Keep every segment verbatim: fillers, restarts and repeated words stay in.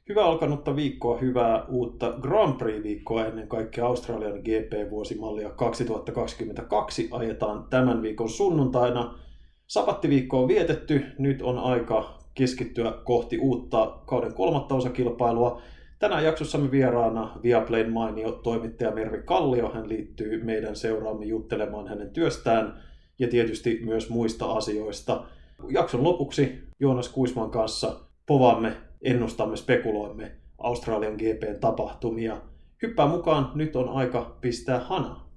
Hyvää alkanutta viikkoa, hyvää uutta Grand Prix-viikkoa ennen kaikkea Australian G P-vuosimallia kaksituhattakaksikymmentäkaksi ajetaan tämän viikon sunnuntaina. Sabattiviikko on vietetty, nyt on aika keskittyä kohti uutta kauden kolmatta osakilpailua. Tänään jaksossamme vieraana Viaplayn mainio toimittaja Mervi Kallio. Hän liittyy meidän seuraamme juttelemaan hänen työstään ja tietysti myös muista asioista. Jakson lopuksi Joonas Kuisman kanssa povaamme, ennustamme, spekuloimme Australian G P:n tapahtumia. Hyppää mukaan, nyt on aika pistää hanaa.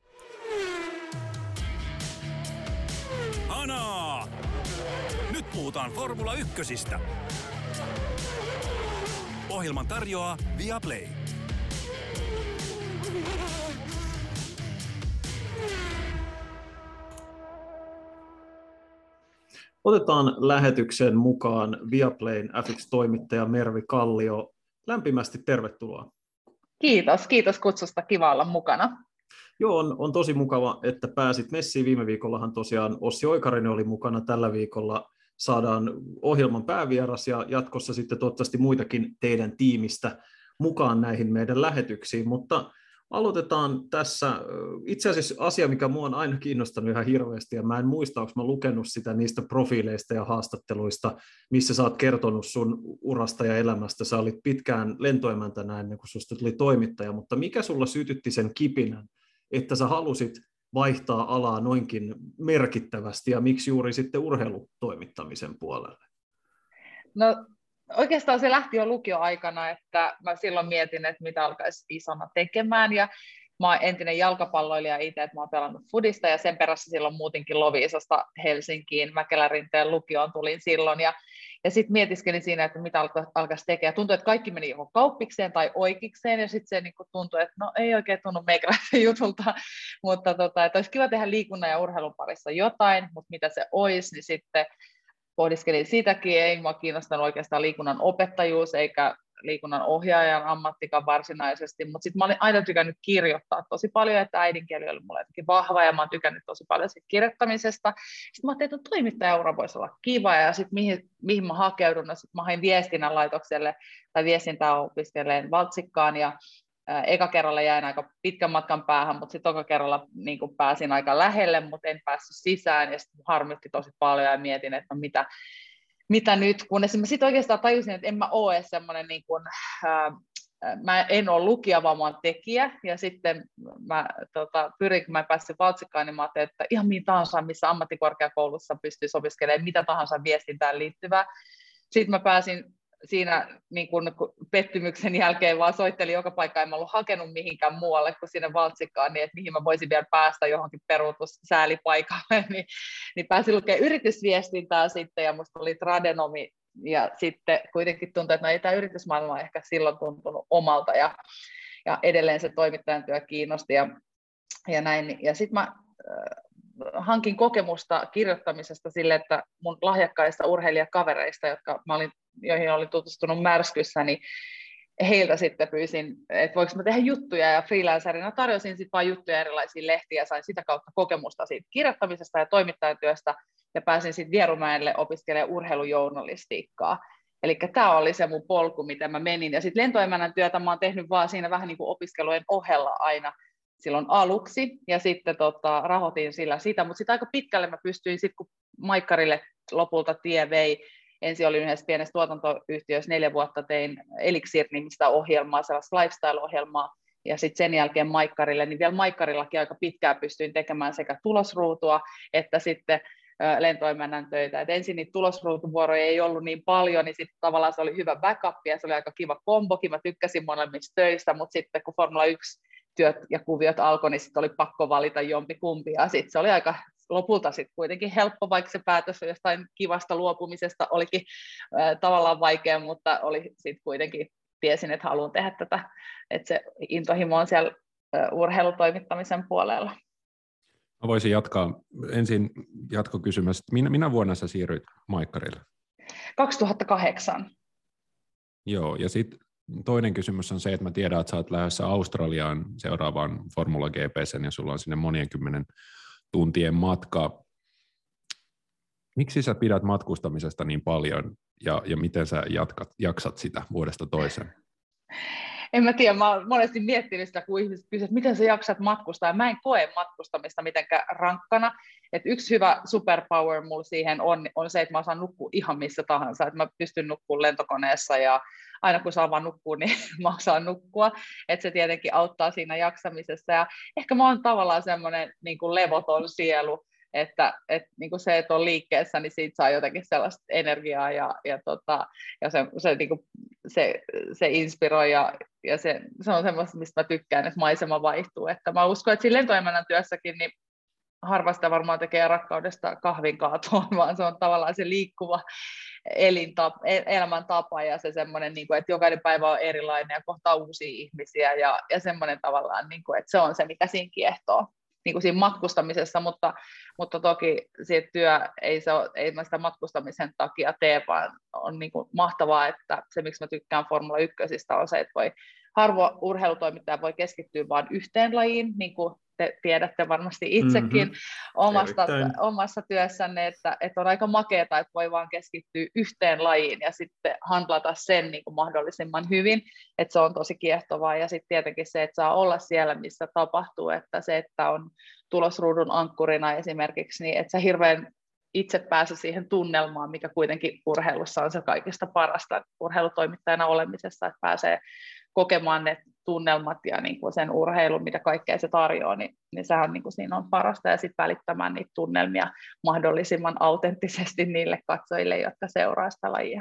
Hanaa! Nyt puhutaan Formula ykkösistä. Ohjelman tarjoaa Viaplay. Otetaan lähetyksen mukaan Viaplayn F yksi -toimittaja Mervi Kallio. Lämpimästi tervetuloa. Kiitos, kiitos kutsusta. Kiva olla mukana. Joo, on, on tosi mukava, että pääsit messiin. Viime viikollahan tosiaan Ossi Oikarinen oli mukana. Tällä viikolla saadaan ohjelman päävieras ja jatkossa sitten toivottavasti muitakin teidän tiimistä mukaan näihin meidän lähetyksiin, mutta aloitetaan tässä itse asiassa asia, mikä minua on aina kiinnostanut ihan hirveästi, ja mä en muista, onko mä lukenut sitä niistä profiileista ja haastatteluista, missä sä oot kertonut sun urasta ja elämästä. Sä olit pitkään lentoemäntänä ennen kuin susta tuli toimittaja, mutta mikä sulla sytytti sen kipinän, että sä halusit vaihtaa alaa noinkin merkittävästi, ja miksi juuri sitten urheilutoimittamisen puolelle? No oikeastaan se lähti jo lukioaikana, että mä silloin mietin, että mitä alkaisi isona tekemään, ja mä oon entinen jalkapalloilija itse, että mä oon pelannut fudista, ja sen perässä silloin muutinkin Loviisasta Helsinkiin, Mäkelärinteen lukioon tulin silloin, ja, ja sitten mietiskelin siinä, että mitä alka, alkaisi tekemään. Tuntui, että kaikki meni joko kauppikseen tai oikeikseen, ja sitten se niin tuntui, että no ei oikein tunnu meikäläisen jutulta, mutta tota, että olisi kiva tehdä liikunnan ja urheilun parissa jotain, mutta mitä se olisi, niin sitten pohdiskelin sitäkin, ei minua kiinnostanut oikeastaan liikunnan opettajuus eikä liikunnan ohjaajan ammattikaan varsinaisesti, mutta sitten mä olin aina tykännyt kirjoittaa tosi paljon, että äidinkieli oli mulle jotenkin vahva ja mä oon tykännyt tosi paljon siitä kirjoittamisesta. Sitten mä ajattelin, että toimittajaura voisi olla kiva ja sitten mihin, mihin mä hakeudun, no sitten mä hain viestinnän laitokselle tai viestintää opiskelen Valtsikkaan ja ää, eka kerralla jäin aika pitkän matkan päähän, mutta sitten toka kerralla niin pääsin aika lähelle, mutta en päässyt sisään ja sitten harmitti tosi paljon ja mietin, että no mitä, mitä nyt, kunnes mä sitten oikeastaan tajusin, että en mä ole edes semmoinen, niin kuin, ää, mä en ole lukija, vaan mä oon tekijä, ja sitten mä tota, pyrin, kun mä en päässyt Valtsikkaan, niin mä ajattelin, että ihan mihin tahansa, missä ammattikorkeakoulussa pystyisi opiskelemaan mitä tahansa viestintään liittyvää. Sitten mä pääsin siinä niin kun pettymyksen jälkeen vaan soittelin joka paikka, en mä ollut hakenut mihinkään muualle kuin sinne Valtsikkaan, niin että mihin mä voisin vielä päästä johonkin peruutussäälipaikalle, niin, niin pääsin lukemaan yritysviestintää sitten, ja musta oli tradenomi, ja sitten kuitenkin tuntui, että no ei tämä yritysmaailma ehkä silloin tuntunut omalta, ja, ja edelleen se toimittajan työ kiinnosti, ja, ja näin, ja sitten mä äh, hankin kokemusta kirjoittamisesta sille, että mun lahjakkaista urheilijakavereista, jotka mä olin, joihin olin tutustunut Märskyssä, niin heiltä sitten pyysin, että voiko mä tehdä juttuja, ja freelancerina tarjosin sitten vain juttuja erilaisiin lehtiin, ja sain sitä kautta kokemusta siitä kirjoittamisesta ja toimittajatyöstä, ja pääsin sitten Vierumäelle opiskelemaan urheilujournalistiikkaa. Eli tämä oli se mun polku, miten mä menin, ja sitten lentoemännän työtä mä oon tehnyt vaan siinä vähän niin kuin opiskelujen ohella aina, silloin aluksi, ja sitten tota, rahoitin sillä sitä, mutta sitten aika pitkälle mä pystyin, sit kun Maikkarille lopulta tie vei, ensin olin yhdessä pienessä tuotantoyhtiössä, neljä vuotta tein Elixir-nimistä ohjelmaa, sellaista lifestyle-ohjelmaa, ja sitten sen jälkeen Maikkarille, niin vielä Maikkarillakin aika pitkään pystyin tekemään sekä tulosruutua, että sitten lentoemännän töitä. Et ensin niitä tulosruutuvuoroja ei ollut niin paljon, niin sitten tavallaan se oli hyvä backup, ja se oli aika kiva kombokin, mä tykkäsin molemmista töistä, mutta sitten kun Formula yksi työt ja kuviot alkoi, niin sitten oli pakko valita jompi kumpi, ja sitten se oli aika lopulta sitten kuitenkin helppo, vaikka se päätös jostain kivasta luopumisesta olikin äh, tavallaan vaikea, mutta oli sitten kuitenkin, tiesin, että haluan tehdä tätä, että se intohimo on siellä äh, urheilutoimittamisen puolella. Mä voisin jatkaa ensin jatkokysymys. Minä, minä vuonna sä siirryit Maikkarille? kaksituhattakahdeksan. Joo, ja sitten toinen kysymys on se, että mä tiedän, että sä oot lähdössä Australiaan seuraavaan Formula G P:seen ja sulla on sinne monien kymmenen tuntien matka. Miksi sä pidät matkustamisesta niin paljon ja, ja miten sä jatkat, jaksat sitä vuodesta toiseen? En mä tiedä, mä oon monesti miettinyt sitä, kun ihmiset kysyvät, että miten sä jaksat matkustaa. Mä en koe matkustamista mitenkään rankkana. Et yksi hyvä superpower mulla siihen on, on se, että mä saan nukkua ihan missä tahansa. Että mä pystyn nukkumaan lentokoneessa ja aina kun saan vaan nukkua, niin mä saan nukkua. Että se tietenkin auttaa siinä jaksamisessa. Ja ehkä mä oon tavallaan semmoinen niin kuin levoton sielu, että et, niin kuin se, että on liikkeessä, niin siitä saa jotenkin sellaista energiaa ja, ja, tota, ja se, se, niin kuin, se, se inspiroi ja, ja se, se on semmoista, mistä mä tykkään, että maisema vaihtuu. Että mä uskon, että siinä lentoemännän työssäkin niin harvasta varmaan tekee rakkaudesta kahvin kaatoon, vaan se on tavallaan se liikkuva elintapa, elämäntapa ja se semmoinen, niin kuin, että jokainen päivä on erilainen ja kohtaa uusia ihmisiä ja, ja semmoinen tavallaan, niin kuin, että se on se, mikä siinä kiehtoo. Niin kuin siinä matkustamisessa, mutta, mutta toki siitä työ ei, se ole, ei mä sitä matkustamisen takia tee, vaan on niin kuin mahtavaa, että se miksi mä tykkään Formula ykkösistä on se, että voi harvoin urheilutoimittaja voi keskittyä vain yhteen lajiin, niin kuin te tiedätte varmasti itsekin mm-hmm. omasta, omassa työssänne, että, että on aika makeata, että voi vaan keskittyä yhteen lajiin ja sitten handlata sen niin kuin mahdollisimman hyvin, että se on tosi kiehtovaa ja sitten tietenkin se, että saa olla siellä, missä tapahtuu, että se, että on tulosruudun ankkurina esimerkiksi, niin että sä hirveän itse pääse siihen tunnelmaan, mikä kuitenkin urheilussa on se kaikista parasta urheilutoimittajana olemisessa, että pääsee kokemaan ne tunnelmat ja niin kuin sen urheilun, mitä kaikkea se tarjoaa, niin, niin sehän niin kuin siinä on parasta, ja sitten välittämään niitä tunnelmia mahdollisimman autenttisesti niille katsojille, jotka seuraa sitä lajia.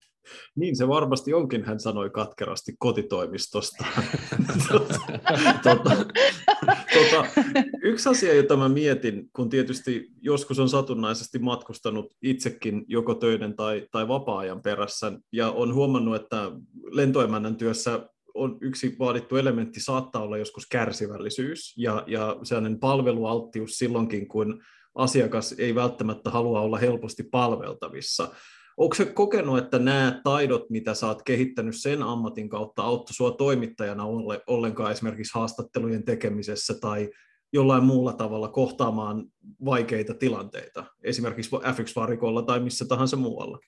Niin se varmasti onkin, hän sanoi katkerasti kotitoimistosta. tuota, tuota, tuota, yksi asia, jota mä mietin, kun tietysti joskus on satunnaisesti matkustanut itsekin joko töiden tai, tai vapaa-ajan perässä, ja on huomannut, että lentoemännän työssä on yksi vaadittu elementti saattaa olla joskus kärsivällisyys ja, ja sellainen palvelualttius silloinkin, kun asiakas ei välttämättä halua olla helposti palveltavissa. Onko se kokenut, että nämä taidot, mitä sä oot kehittänyt sen ammatin kautta, auttoi sua toimittajana ollenkaan esimerkiksi haastattelujen tekemisessä tai jollain muulla tavalla kohtaamaan vaikeita tilanteita, esimerkiksi F yksi -varikolla tai missä tahansa muualla?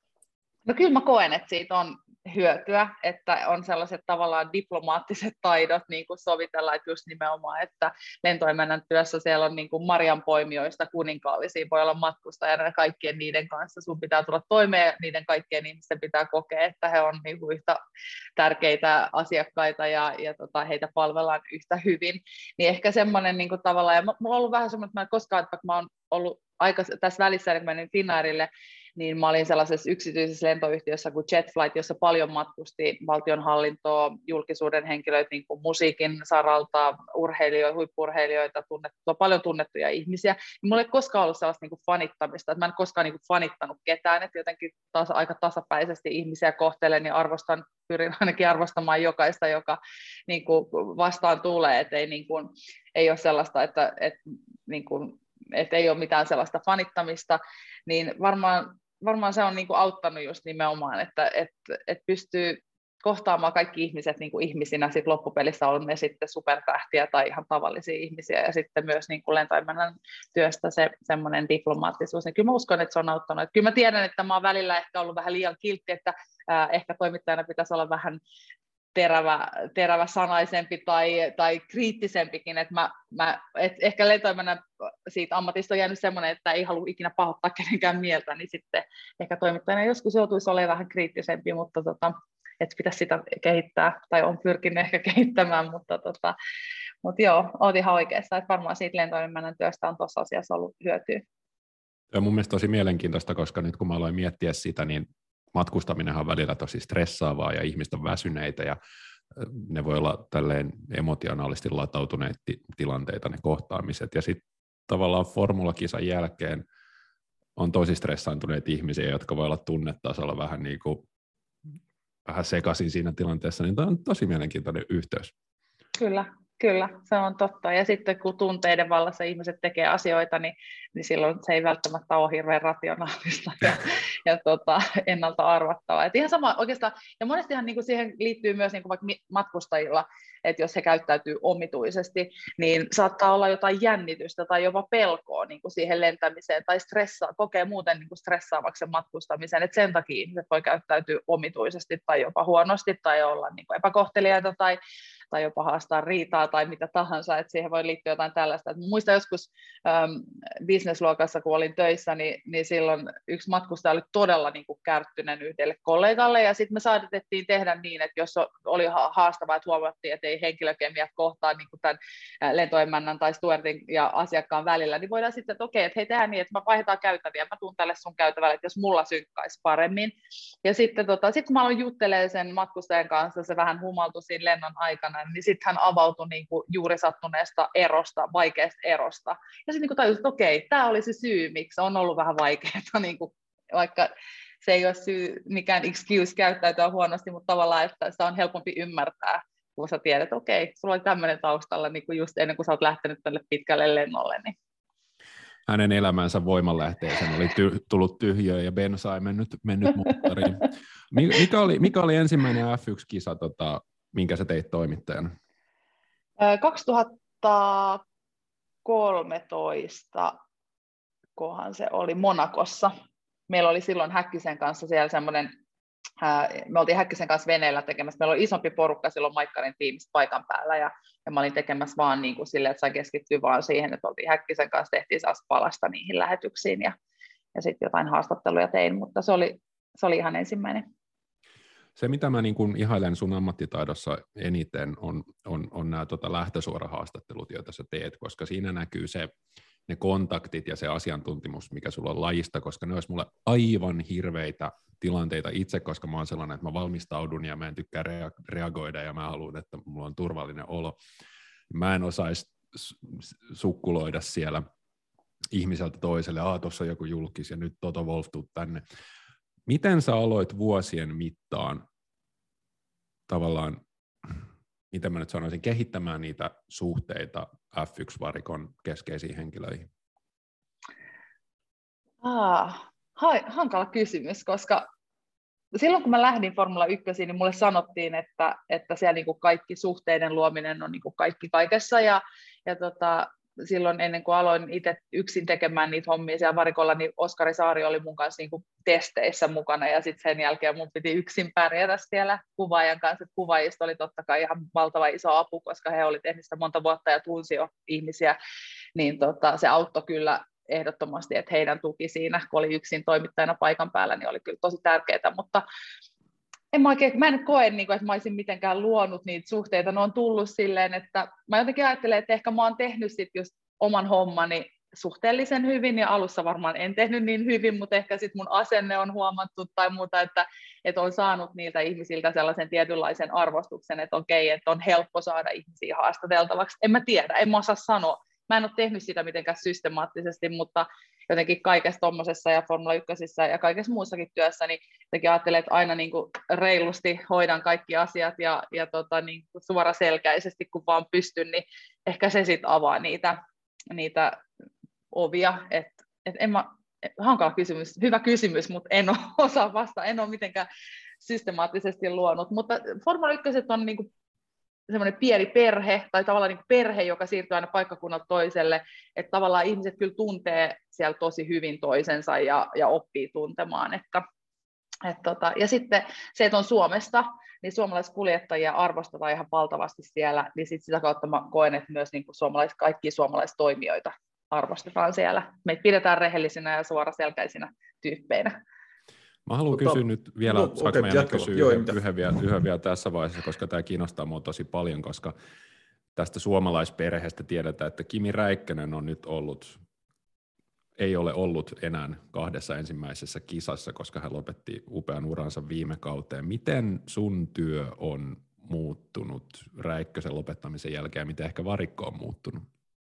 No kyllä mä koen, että siitä on hyötyä, että on sellaiset tavallaan diplomaattiset taidot niin kuin sovitella, että just nimenomaan, että lentoemännän työssä siellä on niin kuin marjanpoimijoista kuninkaallisia, voi olla matkustajana ja kaikkien niiden kanssa sun pitää tulla toimeen ja niiden kaikkien ihmisten pitää kokea, että he on niin kuin yhtä tärkeitä asiakkaita ja, ja tota, heitä palvellaan yhtä hyvin, niin ehkä semmoinen niin kuin tavallaan, ja mulla on ollut vähän semmoinen, että mä en koskaan, että mä oon ollut aika tässä välissä, kun menin Finnairille, niin mä olin sellaisessa yksityisessä lentoyhtiössä kuin JetFlight, jossa paljon matkusti valtionhallintoa, julkisuuden henkilöitä niin kuin musiikin saralta, urheilijoita, huippu-urheilijoita, tunnettua, paljon tunnettuja ihmisiä. Mulla ei koskaan ollut sellaista niin kuin fanittamista, että mä en koskaan niin kuin fanittanut ketään, että jotenkin taas aika tasapäisesti ihmisiä kohtelen ja arvostan, pyrin ainakin arvostamaan jokaista, joka niin kuin vastaan tulee, että ei, niin kuin, ei ole sellaista, että, että, niin kuin, että ei ole mitään sellaista fanittamista, niin varmaan, varmaan se on niin kuin auttanut just nimenomaan, että, että, että pystyy kohtaamaan kaikki ihmiset niin kuin ihmisinä sit loppupelissä, on ne sitten supertähtiä tai ihan tavallisia ihmisiä, ja sitten myös niin kuin lentoemännän työstä se semmoinen diplomaattisuus, ja kyllä mä uskon, että se on auttanut. Että kyllä mä tiedän, että mä oon välillä ehkä ollut vähän liian kiltti, että äh, ehkä toimittajana pitäisi olla vähän terävä, terävä sanaisempi tai, tai kriittisempikin, että mä, mä, et ehkä lentoemännän siitä ammatista on jäänyt semmoinen, että ei halua ikinä pahoittaa kenenkään mieltä, niin sitten ehkä toimittajana joskus joutuisi olemaan vähän kriittisempi, mutta tota, että pitäisi sitä kehittää, tai on pyrkinyt ehkä kehittämään, mutta, tota, mutta joo, olet ihan oikeassa, että varmaan siitä lentoemännän työstä on tuossa asiassa ollut hyötyä. Ja mun mielestä tosi mielenkiintoista, koska nyt kun mä aloin miettiä sitä, niin matkustaminenhan on välillä tosi stressaavaa ja ihmiset on väsyneitä ja ne voi olla tälleen emotionaalisesti latautuneita tilanteita, ne kohtaamiset. Ja sitten tavallaan formulakisan jälkeen on tosi stressaantuneita ihmisiä, jotka voi olla tunnetasolla vähän, niin kuin, vähän sekaisin siinä tilanteessa, niin tämä on tosi mielenkiintoinen yhteys. Kyllä, Kyllä, se on totta. Ja sitten kun tunteiden vallassa ihmiset tekee asioita, niin, niin silloin se ei välttämättä ole hirveän rationaalista ja, ja tota, ennalta arvattavaa. Et ihan sama oikeastaan, ja monestihan niin kuin siihen liittyy myös niin kuin vaikka matkustajilla, että jos he käyttäytyy omituisesti, niin saattaa olla jotain jännitystä tai jopa pelkoa niin kuin siihen lentämiseen tai stressaa, kokee muuten niin kuin stressaavaksi sen matkustamisen, että sen takia ihmiset voi käyttäytyä omituisesti tai jopa huonosti tai olla niin kuin epäkohteliaita tai tai jopa haastaa riitaa tai mitä tahansa, että siihen voi liittyä jotain tällaista. Et muistan joskus ähm, businessluokassa, kun olin töissä, niin, niin silloin yksi matkustaja oli todella niin kuin kärttyinen yhdelle kollegalle, ja sitten me saatettiin tehdä niin, että jos oli haastavaa, että huomattiin, että ei henkilökemiat kohtaa niin kuin tämän lentoemännän tai stewardin ja asiakkaan välillä, niin voidaan sitten, että okei, että hei, tehdään niin, että mä vaihdetaan käytäviä, mä tuun tälle sun käytävälle, että jos mulla synkkaisi paremmin. Ja sitten tota, sit kun mä aloin juttelemaan sen matkustajan kanssa, se vähän humaltui siinä lennon aikana, niin sitten hän avautui niin kuin juuri sattuneesta erosta, vaikeasta erosta. Ja sitten niin tajusin, että okei, tämä oli se syy, miksi on ollut vähän vaikeaa, niin kuin, vaikka se ei ole syy, mikään excuse käyttäytyä huonosti, mutta tavallaan, että sitä on helpompi ymmärtää, kun sä tiedät, että okei, sulla oli tämmöinen taustalla niin kuin just ennen kuin sä oot lähtenyt tälle pitkälle lennolle. Niin. Hänen elämänsä voimanlähteeseen oli ty- tullut tyhjöä ja bensa ei mennyt, mennyt moottoriin. Mikä oli, mikä oli ensimmäinen F yksi -kisa, tota, minkä sä teit toimittajana? kaksituhattakolmetoista, kohan se oli Monakossa. Meillä oli silloin Häkkisen kanssa siellä semmoinen, me oltiin Häkkisen kanssa veneellä tekemässä, meillä oli isompi porukka silloin Maikkarin tiimistä paikan päällä, ja, ja mä olin tekemässä vaan niin kuin silleen, että sain keskittyä vaan siihen, että oltiin Häkkisen kanssa, tehtiin saas palasta niihin lähetyksiin, ja, ja sitten jotain haastatteluja tein, mutta se oli, se oli ihan ensimmäinen. Se, mitä mä niin kun ihailen sun ammattitaidossa eniten, on, on, on nämä tota lähtösuorahaastattelut, joita sä teet, koska siinä näkyy se, ne kontaktit ja se asiantuntemus, mikä sulla on lajista, koska ne olisi mulle aivan hirveitä tilanteita itse, koska mä oon sellainen, että mä valmistaudun ja mä en tykkää rea- reagoida ja mä haluan, että mulla on turvallinen olo. Mä en osaisi sukkuloida siellä ihmiseltä toiselle, aah, tuossa on joku julkis ja nyt Toto Wolff tuu tänne. Miten sä aloit vuosien mittaan tavallaan, miten mä nyt sanoisin, kehittämään niitä suhteita F yksi -varikon keskeisiin henkilöihin? Ah, hankala kysymys, koska silloin kun mä lähdin Formula ykkösiin, niin mulle sanottiin, että, että siellä niin kuin kaikki suhteiden luominen on niin kuin kaikki kaikessa, ja, ja tota, silloin ennen kuin aloin itse yksin tekemään niitä hommia siellä varikolla, niin Oskari Saari oli mun kanssa niin kuin testeissä mukana, ja sitten sen jälkeen mun piti yksin pärjätä siellä kuvaajan kanssa. Kuvaajista oli totta kai ihan valtava iso apu, koska he oli tehnyt sitä monta vuotta ja tunsi jo ihmisiä, niin tota, se auttoi kyllä ehdottomasti, että heidän tuki siinä, kun oli yksin toimittajana paikan päällä, niin oli kyllä tosi tärkeää, mutta en mä, oikein, mä en koe, niin kuin, että mä olisin mitenkään luonut niitä suhteita. Ne on tullut silleen, että mä jotenkin ajattelen, että ehkä mä oon tehnyt sit just oman hommani suhteellisen hyvin, ja alussa varmaan en tehnyt niin hyvin, mutta ehkä sit mun asenne on huomattu tai muuta, että, että on saanut niiltä ihmisiltä sellaisen tietynlaisen arvostuksen, että okei, että on helppo saada ihmisiä haastateltavaksi. En mä tiedä, en mä osaa sanoa. Mä en ole tehnyt sitä mitenkään systemaattisesti, mutta jotenkin kaikessa tuommoisessa ja Formula ykkösissä ja kaikessa muussakin työssä, niin jotenkin ajattelen, että aina niin kuin reilusti hoidan kaikki asiat ja, ja tota, niin kuin suoraselkäisesti, kun vaan pystyn, niin ehkä se sitten avaa niitä, niitä ovia. Et, et en mä, hankala kysymys, hyvä kysymys, mutta en osaa vastata, en ole mitenkään systemaattisesti luonut, mutta Formula ykköset on niin kuin semmoinen pieni perhe, tai tavallaan niin kuin perhe, joka siirtyy aina paikkakunnalta toiselle, että tavallaan ihmiset kyllä tuntee siellä tosi hyvin toisensa ja, ja oppii tuntemaan. Että, et tota, ja sitten se, että on Suomesta, niin suomalaiskuljettajia arvostetaan ihan valtavasti siellä, niin sit sitä kautta mä koen, että myös niin kuin suomalais, kaikkia suomalaistoimijoita arvostetaan siellä. Meitä pidetään rehellisinä ja suoraselkäisinä tyyppeinä. Mä haluan Tota, kysyä nyt vielä, no, saanko okay, meidän kysyä Joo, yhden, yhden, vielä, yhden vielä tässä vaiheessa, koska tämä kiinnostaa minua tosi paljon, koska tästä suomalaisperheestä tiedetään, että Kimi Räikkönen on nyt ollut, ei ole ollut enää kahdessa ensimmäisessä kisassa, koska hän lopetti upean uransa viime kauteen. Miten sun työ on muuttunut Räikkösen lopettamisen jälkeen, miten ehkä varikko on muuttunut?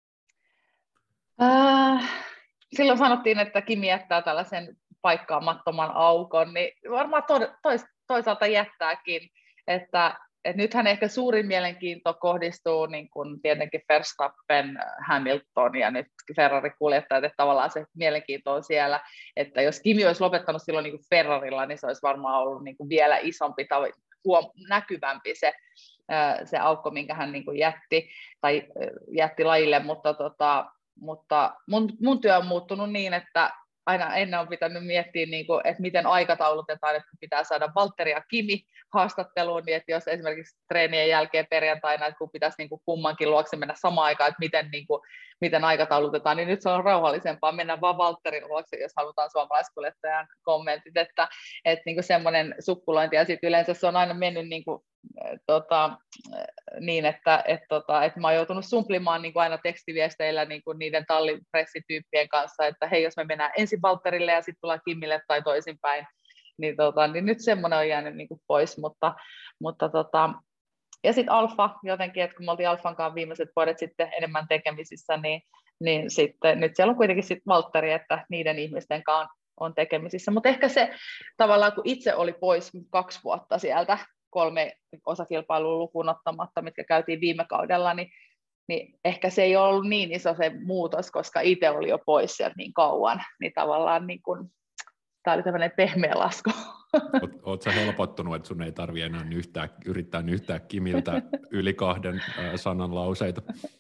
Äh, silloin sanottiin, että Kimi jättää tällaisen paikkaamattoman aukon, niin varmaan to, tois, toisaalta jättääkin, että et nythän ehkä suurin mielenkiinto kohdistuu niin kun tietenkin Verstappen, Hamilton ja nyt Ferrari-kuljettajat, että tavallaan se mielenkiinto on siellä, että jos Kimi olisi lopettanut silloin niin kuin Ferrarilla, niin se olisi varmaan ollut niin kuin vielä isompi tai huom, näkyvämpi se, se aukko, minkä hän niin kuin jätti, tai jätti lajille, mutta, tota, mutta mun, mun työ on muuttunut niin, että aina ennen on pitänyt miettiä, niin kuin, että miten aikataulutetaan, että pitää saada Valtteri ja Kimi haastatteluun, niin että jos esimerkiksi treenien jälkeen perjantaina, että kun pitäisi niin kuin kummankin luokse mennä samaan aikaan, että miten, niin kuin, miten aikataulutetaan, niin nyt se on rauhallisempaa mennä vaan Valtterin luokse, jos halutaan suomalaiskuljettajan kommentit, että, että niin kuin semmoinen sukkulointi, ja sitten yleensä se on aina mennyt niin kuin, Tota, niin, että et, tota, et mä oon joutunut sumplimaan niin kuin aina tekstiviesteillä niin kuin niiden tallipressityyppien kanssa, että hei, jos me mennään ensin Valtterille ja sitten tullaan Kimille tai toisinpäin, niin, tota, niin nyt semmoinen on jäänyt niin kuin pois, mutta, mutta tota, ja sitten Alfa jotenkin, että kun me oltiin Alfan kanssa viimeiset vuodet sitten enemmän tekemisissä, niin, niin sitten nyt siellä on kuitenkin sitten Valtteri, että niiden ihmisten kanssa on tekemisissä, mutta ehkä se tavallaan, kun itse oli pois kaksi vuotta sieltä, kolme osakilpailua lukuun ottamatta, mitkä käytiin viime kaudella, niin, niin ehkä se ei ollut niin iso se muutos, koska itse oli jo pois sieltä niin kauan, niin tavallaan niin kuin, tämä oli tämmöinen pehmeä lasku. Oletko helpottunut, että sun ei tarvitse enää nyhtää, yrittää nyhtää Kimiltä yli kahden sanan lauseita?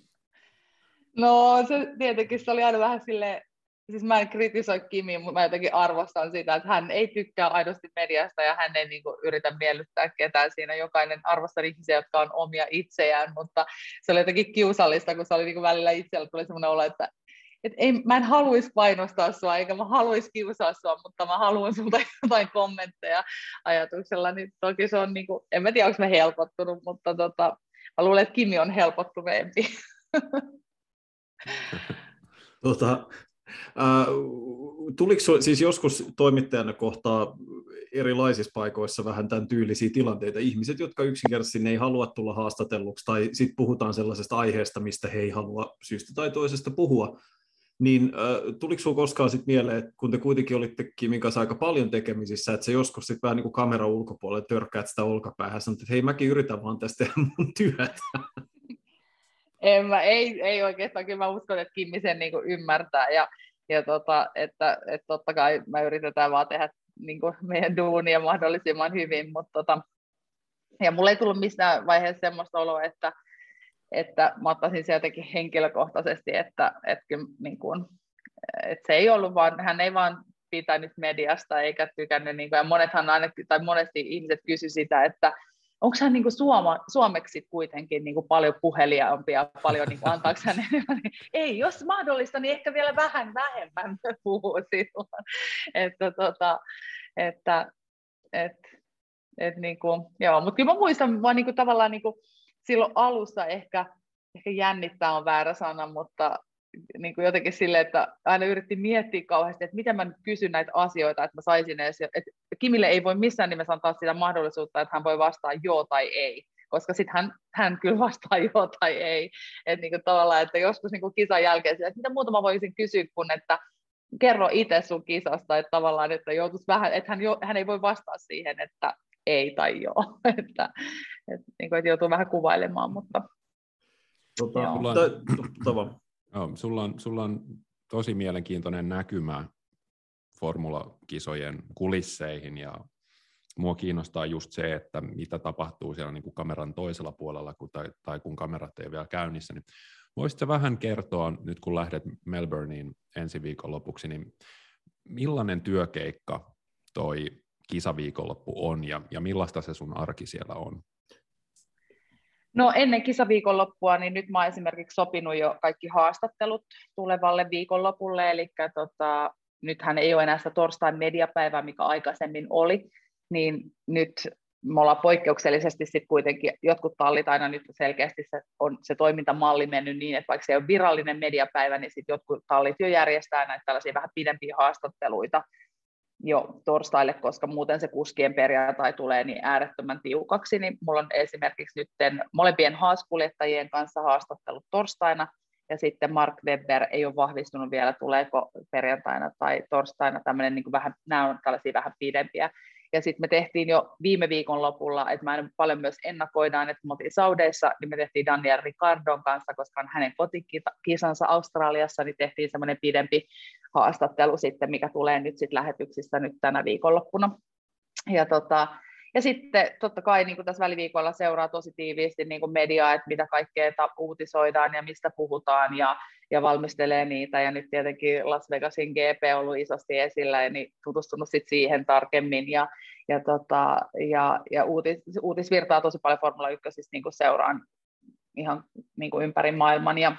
No se tietenkin se oli aina vähän silleen, siis mä en kritisoi Kimiä, mutta mä jotenkin arvostan sitä, että hän ei tykkää aidosti mediasta ja hän ei niin kuin yritä miellyttää ketään siinä. Jokainen arvostaa ihmisiä, jotka on omia itseään, mutta se oli jotenkin kiusallista, kun se oli niin kuin välillä itsellä tuli semmoinen olo, että, että ei, mä en haluaisi painostaa sua, eikä mä haluaisi kiusaa sua, mutta mä haluan sulta jotain kommentteja ajatuksella. Niin toki se on, niin kuin, en mä tiedä, onko mä helpottunut, mutta tota, mä luulen, että Kimi on helpottuneempi. Tota, Äh, tuliko siis joskus toimittajana kohtaa erilaisissa paikoissa vähän tämän tyylisiä tilanteita, ihmiset, jotka yksinkertaisesti ne ei halua tulla haastatelluksi, tai sitten puhutaan sellaisesta aiheesta, mistä he ei halua syystä tai toisesta puhua, niin äh, tuliko sinulla koskaan sit mieleen, että kun te kuitenkin olitte Kimin kanssa aika paljon tekemisissä, että se joskus sitten vähän niin kuin kameran ulkopuolelle törkkäät sitä olkapäähän ja sanot, että hei, mäkin yritän vaan tästä tehdä mun työtä. En mä, ei, ei oikeastaan, kyllä mä uskon, että Kimi sen niin kuin ymmärtää, ja, ja tota, että, että totta kai me yritetään vaan tehdä niin kuin meidän duunia mahdollisimman hyvin, mutta tota, ja mulla ei tullut missään vaiheessa semmoista oloa, että, että mä ottaisin se jotenkin henkilökohtaisesti, että, että, niin kuin, että se ei ollut vaan, hän ei vaan pitänyt mediasta eikä tykännyt, niin kuin, ja monethan aina, tai monesti ihmiset kysy sitä, että onko hän niin kuin suoma, suomeksi kuitenkin niin kuin paljon puheliaampi ja paljon niin kuin antaako hän enemmän? Ei, jos mahdollista, niin ehkä vielä vähän vähemmän puhuu silloin. Että, tota, että, et, et niin kuin, joo, mutta kyllä mä muistan vaan niin kuin tavallaan niin kuin silloin alussa ehkä, ehkä jännittää on väärä sana, mutta niin kuin jotenkin silleen, että aina yritti miettiä kauheasti, että miten mä nyt kysyn näitä asioita, että mä saisin edes, että Kimille ei voi missään nimessä antaa sitä mahdollisuutta, että hän voi vastaa joo tai ei, koska sitten hän, hän kyllä vastaa joo tai ei, että niin kuin tavallaan, että joskus niin kuin kisan jälkeen, että mitä muuta mä voisin kysyä, kun että kerro itse sun kisasta, että tavallaan, että joutuisi vähän, että hän, jo, hän ei voi vastaa siihen, että ei tai joo, että, että, niin kuin, että joutuu vähän kuvailemaan, mutta tota, joo. Tava. Joo, sulla on, sulla on tosi mielenkiintoinen näkymä formulakisojen kulisseihin, ja mua kiinnostaa just se, että mitä tapahtuu siellä niin kuin kameran toisella puolella, kun, tai, tai kun kamerat ei ole vielä käynnissä. Niin voisitko vähän kertoa, nyt kun lähdet Melbourneen ensi viikonlopuksi, niin millainen työkeikka toi kisaviikonloppu on, ja, ja millaista se sun arki siellä on? No ennen kisaviikonloppua, niin nyt mä oon esimerkiksi sopinut jo kaikki haastattelut tulevalle viikonlopulle, eli tota, nythän ei ole enää sitä torstain mediapäivää, mikä aikaisemmin oli, niin nyt me ollaan poikkeuksellisesti sitten kuitenkin, jotkut tallit aina nyt selkeästi se, on se toimintamalli mennyt niin, että vaikka se ei ole virallinen mediapäivä, niin sitten jotkut tallit jo järjestää näitä tällaisia vähän pidempiä haastatteluita jo torstaille, koska muuten se kuskien perjantai tulee niin äärettömän tiukaksi, niin mulla on esimerkiksi nyt molempien haaskuljettajien kanssa haastattelut torstaina, ja sitten Mark Webber ei ole vahvistunut vielä, tuleeko perjantaina tai torstaina tämmöinen, niin kuin vähän, nämä on tällaisia vähän pidempiä, Ja sitten me tehtiin jo viime viikon lopulla, että mä paljon myös ennakoidaan, että me oltiin Saudeissa, niin me tehtiin Daniel Ricciardon kanssa, koska on hänen kotikisansa Australiassa, niin tehtiin semmoinen pidempi haastattelu sitten, mikä tulee nyt sitten lähetyksistä nyt tänä viikonloppuna. Ja, tota, ja sitten totta kai niin kuin tässä väliviikolla seuraa tosi tiiviisti niin kuin mediaa, että mitä kaikkea uutisoidaan ja mistä puhutaan ja, ja valmistelee niitä. Ja nyt tietenkin Las Vegasin G P on ollut isosti esillä ja niin tutustunut sit siihen tarkemmin. Ja, ja, tota, ja, ja uutis, uutisvirtaa tosi paljon Formula yksi niin kuin seuraan ihan niin kuin ympäri maailman. Ja,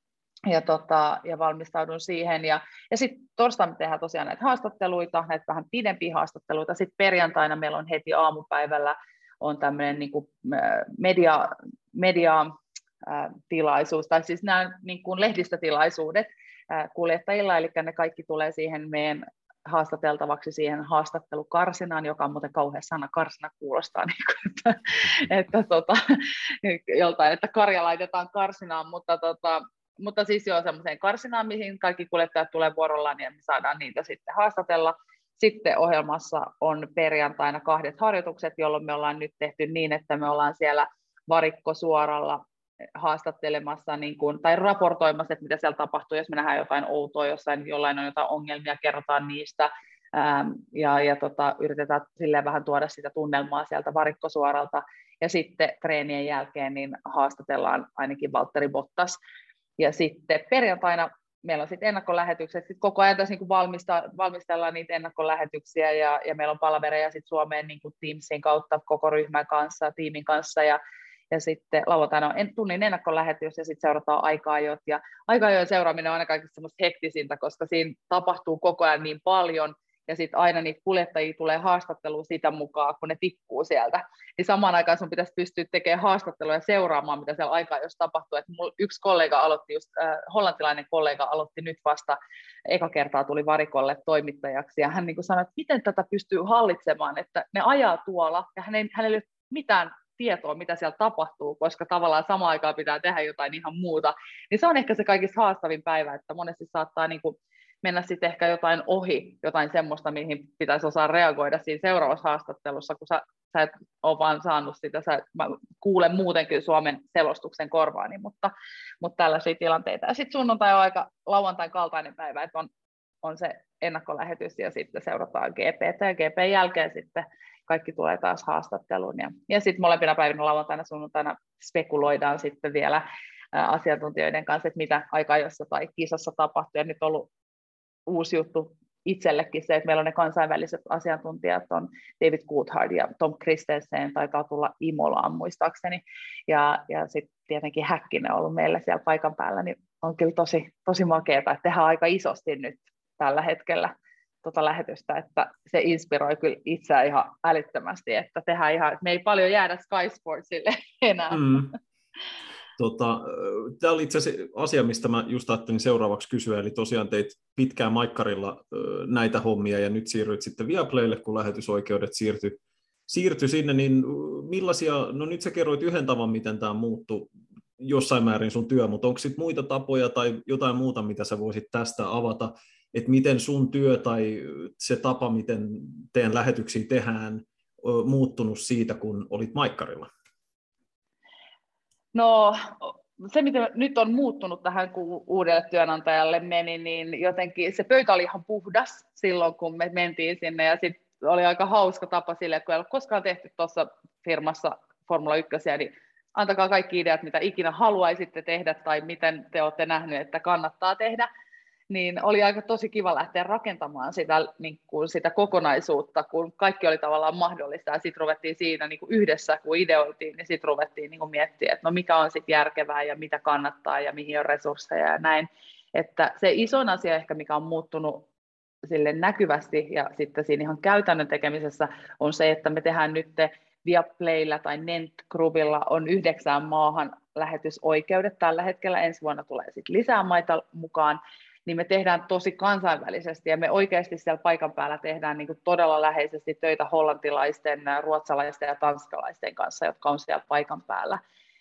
Ja, tota, ja valmistaudun siihen. Ja, ja sitten torstaina tehdään tosiaan näitä haastatteluita, näitä vähän pidempiä haastatteluita. Sitten perjantaina meillä on heti aamupäivällä on tämmöinen niin kuin media, media äh, tilaisuus, tai siis nämä niin kuin lehdistötilaisuudet äh, kuljettajilla, eli ne kaikki tulee siihen meidän haastateltavaksi siihen haastattelukarsinaan, joka on muuten kauhean sana, karsina kuulostaa niin kuin, että, että tota, joltain, että karja laitetaan karsinaan, mutta tota, Mutta siis jo semmoiseen karsinaan, mihin kaikki kuljettajat tulee vuorollaan, niin me saadaan niitä sitten haastatella. Sitten ohjelmassa on perjantaina kahdet harjoitukset, jolloin me ollaan nyt tehty niin, että me ollaan siellä varikkosuoralla haastattelemassa niin kuin, tai raportoimassa, että mitä siellä tapahtuu, jos me nähdään jotain outoa, jossain jollain on jotain ongelmia, kerrotaan niistä. Ähm, ja ja tota, yritetään silleen vähän tuoda sitä tunnelmaa sieltä varikkosuoralta. Ja sitten treenien jälkeen niin haastatellaan ainakin Valtteri Bottas. Ja sitten perjantaina meillä on sitten ennakkolähetykset, sitten koko ajan tässä niin kuin valmista, valmistellaan niitä ennakkolähetyksiä ja, ja meillä on palavereja sitten Suomeen niin kuin Teamsin kautta koko ryhmän kanssa, tiimin kanssa ja, ja sitten lauantaina on en, tunnin ennakkolähetys ja sitten seurataan aika-ajot ja aika-ajojen seuraaminen on aina kaikista semmoista hektisintä, koska siinä tapahtuu koko ajan niin paljon ja sitten aina niitä kuljettajia tulee haastatteluun sitä mukaan, kun ne tippuu sieltä. Niin samaan aikaan sun pitäisi pystyä tekemään haastattelua ja seuraamaan, mitä siellä aikaa jos tapahtuu. Et mulla yksi kollega aloitti, just, äh, hollantilainen kollega aloitti nyt vasta, eka kertaa tuli varikolle toimittajaksi, ja hän niin kuin sanoi, että miten tätä pystyy hallitsemaan, että ne ajaa tuolla, ja hänellä ei ole mitään tietoa, mitä siellä tapahtuu, koska tavallaan samaan aikaan pitää tehdä jotain ihan muuta. Niin se on ehkä se kaikista haastavin päivä, että monesti saattaa niin kuin mennä sitten ehkä jotain ohi, jotain semmoista, mihin pitäisi osaa reagoida siinä seuraavassa haastattelussa, kun sä, sä et ole vaan saanut sitä, sä, mä kuulen muutenkin Suomen selostuksen korvaani, mutta, mutta tällaisia tilanteita. Ja sitten sunnuntai on aika lauantain kaltainen päivä, että on, on se ennakkolähetys ja sitten seurataan G P:tä ja G P:n jälkeen sitten kaikki tulee taas haastatteluun. Ja, ja sitten molempina päivinä lauantaina sunnuntaina spekuloidaan sitten vielä ä, asiantuntijoiden kanssa, että mitä aika-ajossa tai kisassa tapahtuu. Ja nyt on ollut uusi juttu itsellekin se, että meillä on ne kansainväliset asiantuntijat, on David Coulthard ja Tom Kristensen, taitaa tulla Imolaan muistaakseni, ja, ja sitten tietenkin Häkkinen on ollut meillä siellä paikan päällä, niin on kyllä tosi, tosi makeata, että tehdään aika isosti nyt tällä hetkellä tuota lähetystä, että se inspiroi kyllä itseään ihan älyttömästi, että tehdään ihan, että me ei paljon jäädä Sky Sportsille enää. Mm. Tota, tämä oli itse asiassa asia, mistä mä just ajattelin seuraavaksi kysyä, eli tosiaan teit pitkään Maikkarilla näitä hommia, ja nyt siirryit sitten Viaplaylle, kun lähetysoikeudet siirtyi siirtyi sinne, niin millaisia, no nyt sä kerroit yhden tavan, miten tämä muuttui jossain määrin sun työ, mutta onko sitten muita tapoja tai jotain muuta, mitä sä voisit tästä avata, että miten sun työ tai se tapa, miten teidän lähetyksiä tehdään, muuttunut siitä, kun olit Maikkarilla? No se, mitä nyt on muuttunut tähän, kun uudelle työnantajalle meni, niin jotenkin se pöytä oli ihan puhdas silloin, kun me mentiin sinne, ja sitten oli aika hauska tapa sille, kun ei ole koskaan tehty tuossa firmassa Formula yksi, niin antakaa kaikki ideat, mitä ikinä haluaisitte tehdä, tai miten te olette nähneet, että kannattaa tehdä. Niin oli aika tosi kiva lähteä rakentamaan sitä, niin kuin sitä kokonaisuutta, kun kaikki oli tavallaan mahdollista, ja sitten ruvettiin siinä niin kuin yhdessä, kun ideoitiin, niin sitten ruvettiin niin kuin miettimään, että no mikä on sitten järkevää, ja mitä kannattaa, ja mihin on resursseja, ja näin. Että se isoin asia ehkä, mikä on muuttunut sille näkyvästi, ja sitten siinä ihan käytännön tekemisessä, on se, että me tehdään nyt Viaplaylla tai Nent Groupilla on yhdeksään maahan lähetysoikeudet tällä hetkellä, ensi vuonna tulee sitten lisää maita mukaan, niin me tehdään tosi kansainvälisesti, ja me oikeasti siellä paikan päällä tehdään niin kuin todella läheisesti töitä hollantilaisten, ruotsalaisten ja tanskalaisten kanssa, jotka on siellä paikan päällä.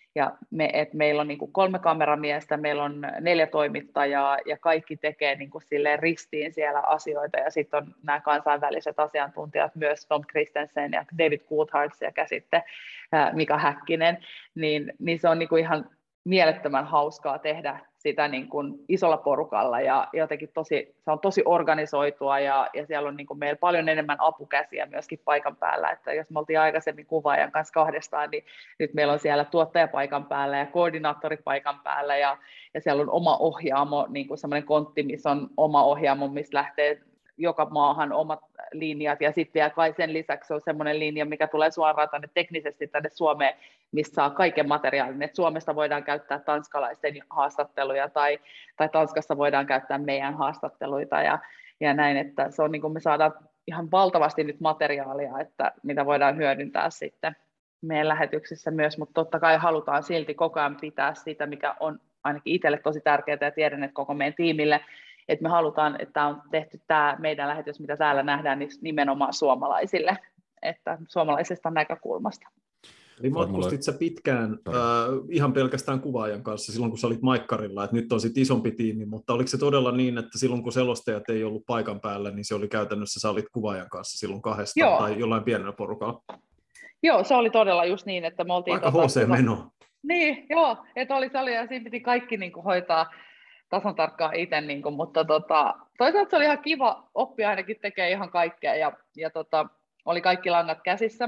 Ja me, et meillä on niin kuin kolme kameramiestä, meillä on neljä toimittajaa ja kaikki tekee niin kuin silleen ristiin siellä asioita. Ja sitten on nämä kansainväliset asiantuntijat, myös Tom Christensen ja David Coulthard sekä sitten Mika Häkkinen. Niin, niin se on niin kuin ihan mielettömän hauskaa tehdä sitä niin kuin isolla porukalla ja jotenkin tosi, se on tosi organisoitua ja, ja siellä on niin kuin meillä paljon enemmän apukäsiä myöskin paikan päällä, että jos me oltiin aikaisemmin kuvaajan kanssa kahdestaan, niin nyt meillä on siellä tuottaja paikan päällä ja koordinaattori paikan päällä ja, ja siellä on oma ohjaamo, niin kuin semmoinen kontti, missä on oma ohjaamo, missä lähtee joka maahan omat linjat, ja sitten vielä kai sen lisäksi on semmoinen linja, mikä tulee suoraan tänne teknisesti tänne Suomeen, missä saa kaiken materiaalin, että Suomesta voidaan käyttää tanskalaisten haastatteluja, tai, tai Tanskassa voidaan käyttää meidän haastatteluita, ja, ja näin, että se on niin kuin me saadaan ihan valtavasti nyt materiaalia, että mitä voidaan hyödyntää sitten meidän lähetyksissä myös, mutta totta kai halutaan silti koko ajan pitää sitä, mikä on ainakin itselle tosi tärkeää, ja tiedän, että koko meidän tiimille, että me halutaan, että on tehty tämä meidän lähetys, mitä täällä nähdään, niin nimenomaan suomalaisille, että suomalaisesta näkökulmasta. Eli matkustit sä pitkään äh, ihan pelkästään kuvaajan kanssa silloin, kun sä olit maikkarilla, että nyt on sitten isompi tiimi, mutta oliko se todella niin, että silloin kun selostajat ei ollut paikan päällä, niin se oli käytännössä, sä olit kuvaajan kanssa silloin kahdesta Joo. tai jollain pienellä porukalla? Joo, se oli todella just niin, että me oltiin... Aika H C-meno. Niin, joo, että oli, oli ja siinä piti kaikki niin kuin hoitaa tasan tarkkaan itse, niin kuin, mutta tota, toisaalta se oli ihan kiva oppia ainakin tekee ihan kaikkea ja, ja tota, oli kaikki langat käsissä.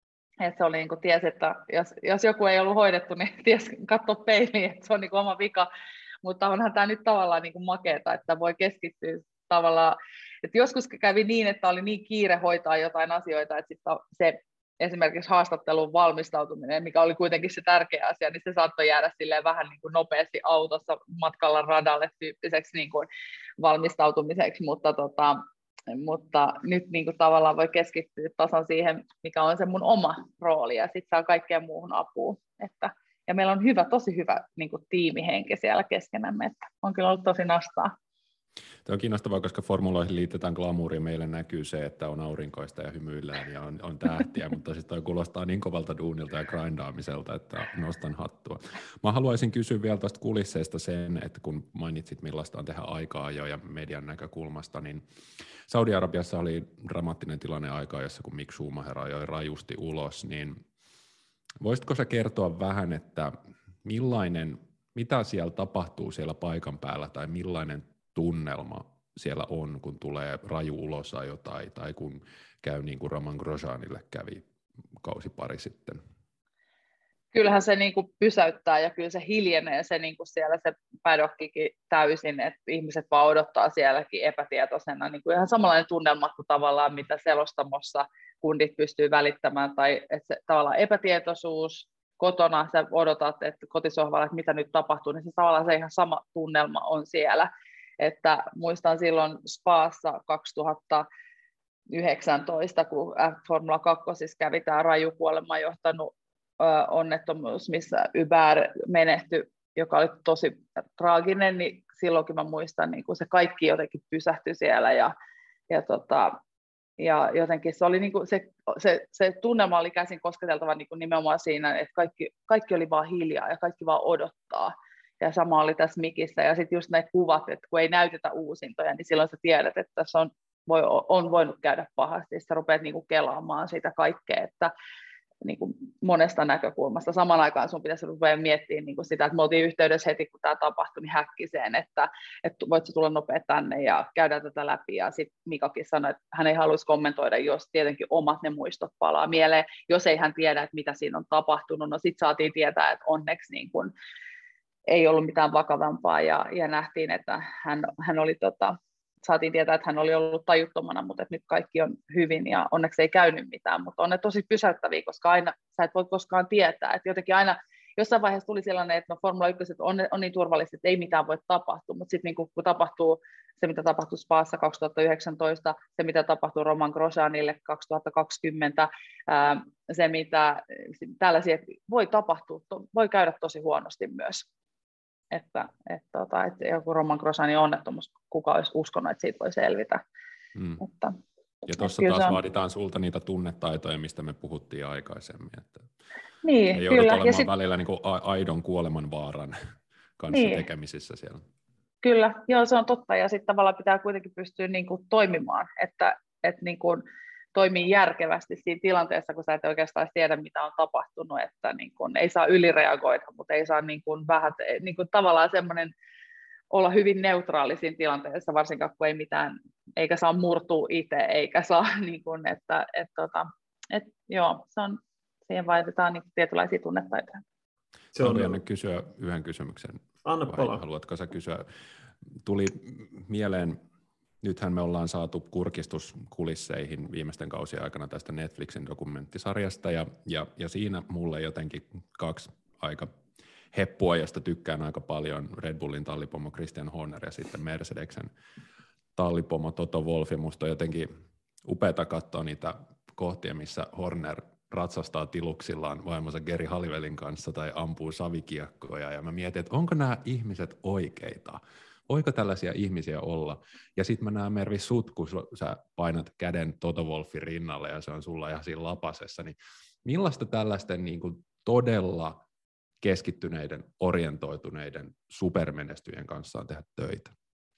Et se oli niin kuin, ties, että jos, jos joku ei ollut hoidettu, niin ties katsoa peiliin, että se on niin kuin oma vika. Mutta onhan tämä nyt tavallaan niin kuin makeeta, että voi keskittyä tavallaan. Että joskus kävi niin, että oli niin kiire hoitaa jotain asioita, että sit se esimerkiksi haastattelun valmistautuminen, mikä oli kuitenkin se tärkeä asia, niin se saattoi jäädä silleen vähän niin kuin nopeasti autossa matkalla radalle tyyppiseksi niin kuin valmistautumiseksi, mutta, tota, mutta nyt niin kuin tavallaan voi keskittyä tasan siihen, mikä on se mun oma rooli, ja sitten saa kaikkeen muuhun apuun. Että, ja meillä on hyvä, tosi hyvä niin kuin tiimihenki siellä keskenämme, että on kyllä ollut tosi nastaa. Tämä on kiinnostavaa, koska formuloihin liitetään glamuuriin. Meille näkyy se, että on aurinkoista ja hymyillään ja on, on tähtiä, mutta siis toi kuulostaa niin kovalta duunilta ja grindaamiselta, että nostan hattua. Mä haluaisin kysyä vielä tuosta kulisseista sen, että kun mainitsit millaista on tehdä aikaa jo ja median näkökulmasta, niin Saudi-Arabiassa oli dramaattinen tilanne aikaa, jossa kun Mick Schumacher ajoi rajusti ulos, niin voisitko sä kertoa vähän, että millainen, mitä siellä tapahtuu siellä paikan päällä tai millainen tunnelma siellä on, kun tulee raju ulosajo tai, tai kun käy niin kuin Romain Grosjeanille kävi kausi pari sitten? Kyllähän se niin kuin pysäyttää ja kyllä se hiljenee se niin kuin siellä se padockikin täysin, että ihmiset vaan odottaa sielläkin epätietoisena. Niin kuin ihan samanlainen tunnelma kuin tavallaan mitä selostamossa kundit pystyy välittämään tai että se tavallaan epätietoisuus, kotona sä odotat, että kotisohvalla, että mitä nyt tapahtuu, niin se tavallaan se ihan sama tunnelma on siellä. Että muistan silloin Spaassa kaksituhattayhdeksäntoista, kun Formula kaksi kävi tämä raju kuolemaan johtanut onnettomuus, missä Uber menehtyi, joka oli tosi traaginen, niin silloinkin mä muistan, niin kun se kaikki jotenkin pysähtyi siellä ja, ja, tota, ja jotenkin se, oli niin kuin se, se, se tunnelma oli käsin kosketeltava niin kuin nimenomaan siinä, että kaikki, kaikki oli vaan hiljaa ja kaikki vaan odottaa. Ja sama oli tässä Mikissä. Ja sitten just ne kuvat, että kun ei näytetä uusintoja, niin silloin sä tiedät, että tässä on, voi, on voinut käydä pahasti. Sä rupeat niinku kelaamaan sitä kaikkea, että niinku monesta näkökulmasta. Samaan aikaan sun pitäisi rupea miettimään niinku sitä, että me oltiin yhteydessä heti, kun tämä tapahtui, niin häkkiseen, että, että voit sä tulla nopea tänne ja käydään tätä läpi. Ja sitten Mikakin sanoi, että hän ei haluaisi kommentoida, jos tietenkin omat ne muistot palaa mieleen. Jos ei hän tiedä, että mitä siinä on tapahtunut, no sitten saatiin tietää, että onneksi niin kun ei ollut mitään vakavampaa ja, ja nähtiin, että hän, hän oli, tota, saatiin tietää, että hän oli ollut tajuttomana, mutta että nyt kaikki on hyvin ja onneksi ei käynyt mitään, mutta on ne tosi pysäyttäviä, koska aina sä et voi koskaan tietää, että jotenkin aina jossain vaiheessa tuli sellainen, että no Formula yksi on, on niin turvallista, että ei mitään voi tapahtua, mutta sitten niin kun, kun tapahtuu se, mitä tapahtui Spaassa kaksituhattayhdeksäntoista, se, mitä tapahtui Romain Grosjeanille kaksituhattakaksikymmentä, ää, se, mitä tällaisia voi tapahtua, to, voi käydä tosi huonosti myös. Että, että, että, että joku Romain Grosjeanin onnettomuus, kuka olisi uskonut, että siitä voi selvitä. Mm. Että, Ja tuossa taas on... vaaditaan sulta niitä tunnetaitoja, mistä me puhuttiin aikaisemmin. Että niin, ja joudut kyllä. olemaan ja sit... välillä niin kuin aidon kuolemanvaaran kanssa niin. tekemisissä siellä. Kyllä, joo, se on totta. Ja sitten tavallaan pitää kuitenkin pystyä niin kuin toimimaan, että, että niin kuin toimii järkevästi siinä tilanteessa, kun sä et oikeastaan tiedä, mitä on tapahtunut, että niin kuin ei saa ylireagoida, mutta ei saa niin kuin vähän, niin kuin tavallaan semmoinen olla hyvin neutraali siinä tilanteessa, varsinkaan kun ei mitään, eikä saa murtua itse, eikä saa, niin kuin, että, että, että, että joo, se on, siihen vaihdetaan niin tietynlaisia tunnetaitoja. Se on Janne kysyä yhden kysymyksen. Anna palaa. Haluatko sä kysyä? Tuli mieleen, nythän me ollaan saatu kurkistus kulisseihin viimeisten kausien aikana tästä Netflixin dokumenttisarjasta, ja, ja, ja siinä mulle jotenkin kaksi aika heppua, josta tykkään aika paljon, Red Bullin tallipomo Christian Horner ja sitten Mercedesen tallipomo Toto Wolff, ja musta on jotenkin upeata katsoa niitä kohtia, missä Horner ratsastaa tiluksillaan vaimonsa Geri Halliwellin kanssa tai ampuu savikiekkoja, ja mä mietin, että onko nämä ihmiset oikeita? Voiko tällaisia ihmisiä olla? Ja sitten mä näen, Mervi, sut, kun sä painat käden Toto Wolffin rinnalle ja se on sulla ihan siinä lapasessa, niin millaista tällaisten niin kuin todella keskittyneiden, orientoituneiden supermenestyjien kanssa on tehdä töitä?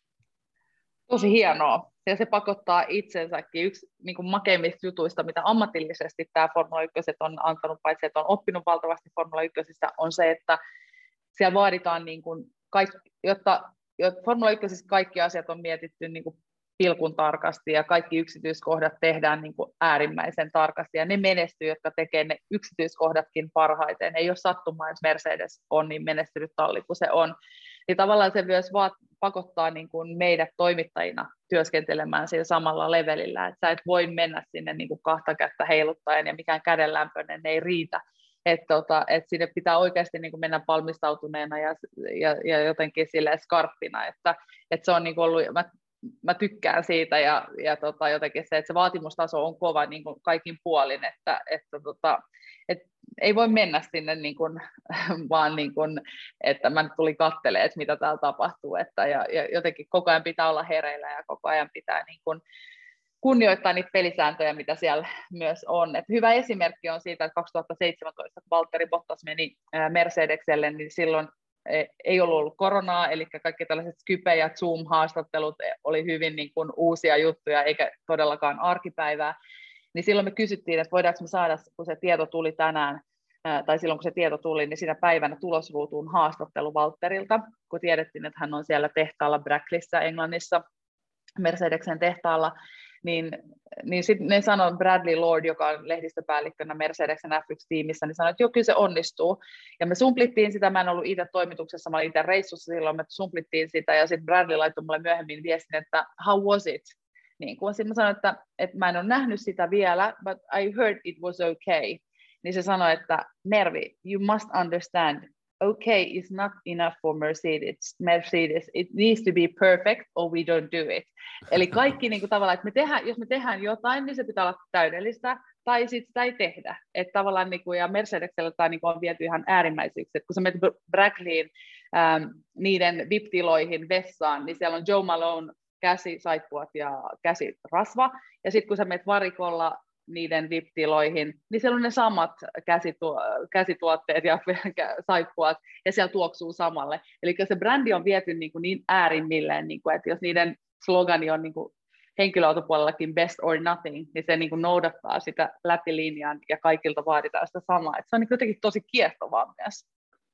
Tosi hienoa. Ja se pakottaa itsensäkin. Yksi niin kuin makeimmista jutuista, mitä ammatillisesti tämä Formula yksi on antanut, paitsi että on oppinut valtavasti Formula yksi, on se, että siellä vaaditaan, niin kuin kaikki, jotta, jotta Formula yksi kaikki asiat on mietitty niin kuin pilkun tarkasti ja kaikki yksityiskohdat tehdään niin kuin äärimmäisen tarkasti. Ja ne menestyy, jotka tekee ne yksityiskohdatkin parhaiten. Ei ole sattumaa, jos Mercedes on niin menestynyt talli kuin se on. Niin tavallaan se myös vaat, pakottaa niin kuin meidät toimittajina työskentelemään sillä samalla levelillä, että sä et voi mennä sinne niin kuin kahta kättä heiluttaen ja mikään kädenlämpöinen ei riitä. Että tota, et sinne pitää oikeasti niin kuin mennä valmistautuneena ja, ja, ja jotenkin silleen skarppina, että, että se on niin kuin ollut, mä, mä tykkään siitä ja, ja tota, jotenkin se, että se vaatimustaso on kova niin kuin kaikin puolin, että, että tota, et ei voi mennä sinne niin kuin, vaan niin kuin, että mä nyt tulin katselemaan, että mitä täällä tapahtuu, että ja, ja jotenkin koko ajan pitää olla hereillä ja koko ajan pitää niin kuin kunnioittaa niitä pelisääntöjä, mitä siellä myös on. Et hyvä esimerkki on siitä, että kaksituhattaseitsemäntoista, kun Valtteri Bottas meni Mercedekselle, niin silloin ei ollut ollut koronaa, eli kaikki tällaiset Skype- ja Zoom-haastattelut oli hyvin niin kuin uusia juttuja, eikä todellakaan arkipäivää. Niin silloin me kysyttiin, että voidaanko me saada, kun se tieto tuli tänään, tai silloin kun se tieto tuli, niin siinä päivänä tulosruutuun haastattelu Valtterilta, kun tiedettiin, että hän on siellä tehtaalla Brackleyssä Englannissa, Mercedesen tehtaalla, niin, niin sitten ne sanoi, Bradley Lord, joka on lehdistöpäällikkönä Mercedesen F yksi -tiimissä, niin sanoi, että joo, kyllä se onnistuu. Ja me sumplittiin sitä, mä en ollut itse toimituksessa, mä olin itse reissussa silloin, me sumplittiin sitä, ja sitten Bradley laittoi mulle myöhemmin viestin, että how was it? Niin kun sitten mä sanoin, että, että mä en ole nähnyt sitä vielä, but I heard it was okay. Niin se sanoi, että Mervi, you must understand, okay is not enough for Mercedes. Mercedes, it needs to be perfect or we don't do it. Eli kaikki niin kuin tavallaan, että me tehdään, jos me tehdään jotain, niin se pitää olla täydellistä, tai sitten sitä ei tehdä. Että tavallaan, niin kuin, ja Mercedesellä tämä niin kuin on viety ihan äärimmäisyyksi, että kun sä menet Brackleyin ähm, niiden V I P-tiloihin vessaan, niin siellä on Joe Malone, käsisaippuat ja käsirasva, ja sitten kun sä menet varikolla niiden V I P-tiloihin, niin siellä on ne samat käsitu- käsituotteet ja saippuat, ja siellä tuoksuu samalle. Eli se brändi on viety niin, kuin niin äärimmilleen, niin kuin, että jos niiden slogani on niin kuin henkilöautopuolellakin best or nothing, niin se niin kuin noudattaa sitä läpilinjaa, ja kaikilta vaaditaan sitä samaa. Et se on niin jotenkin tosi kiehtovaa myös.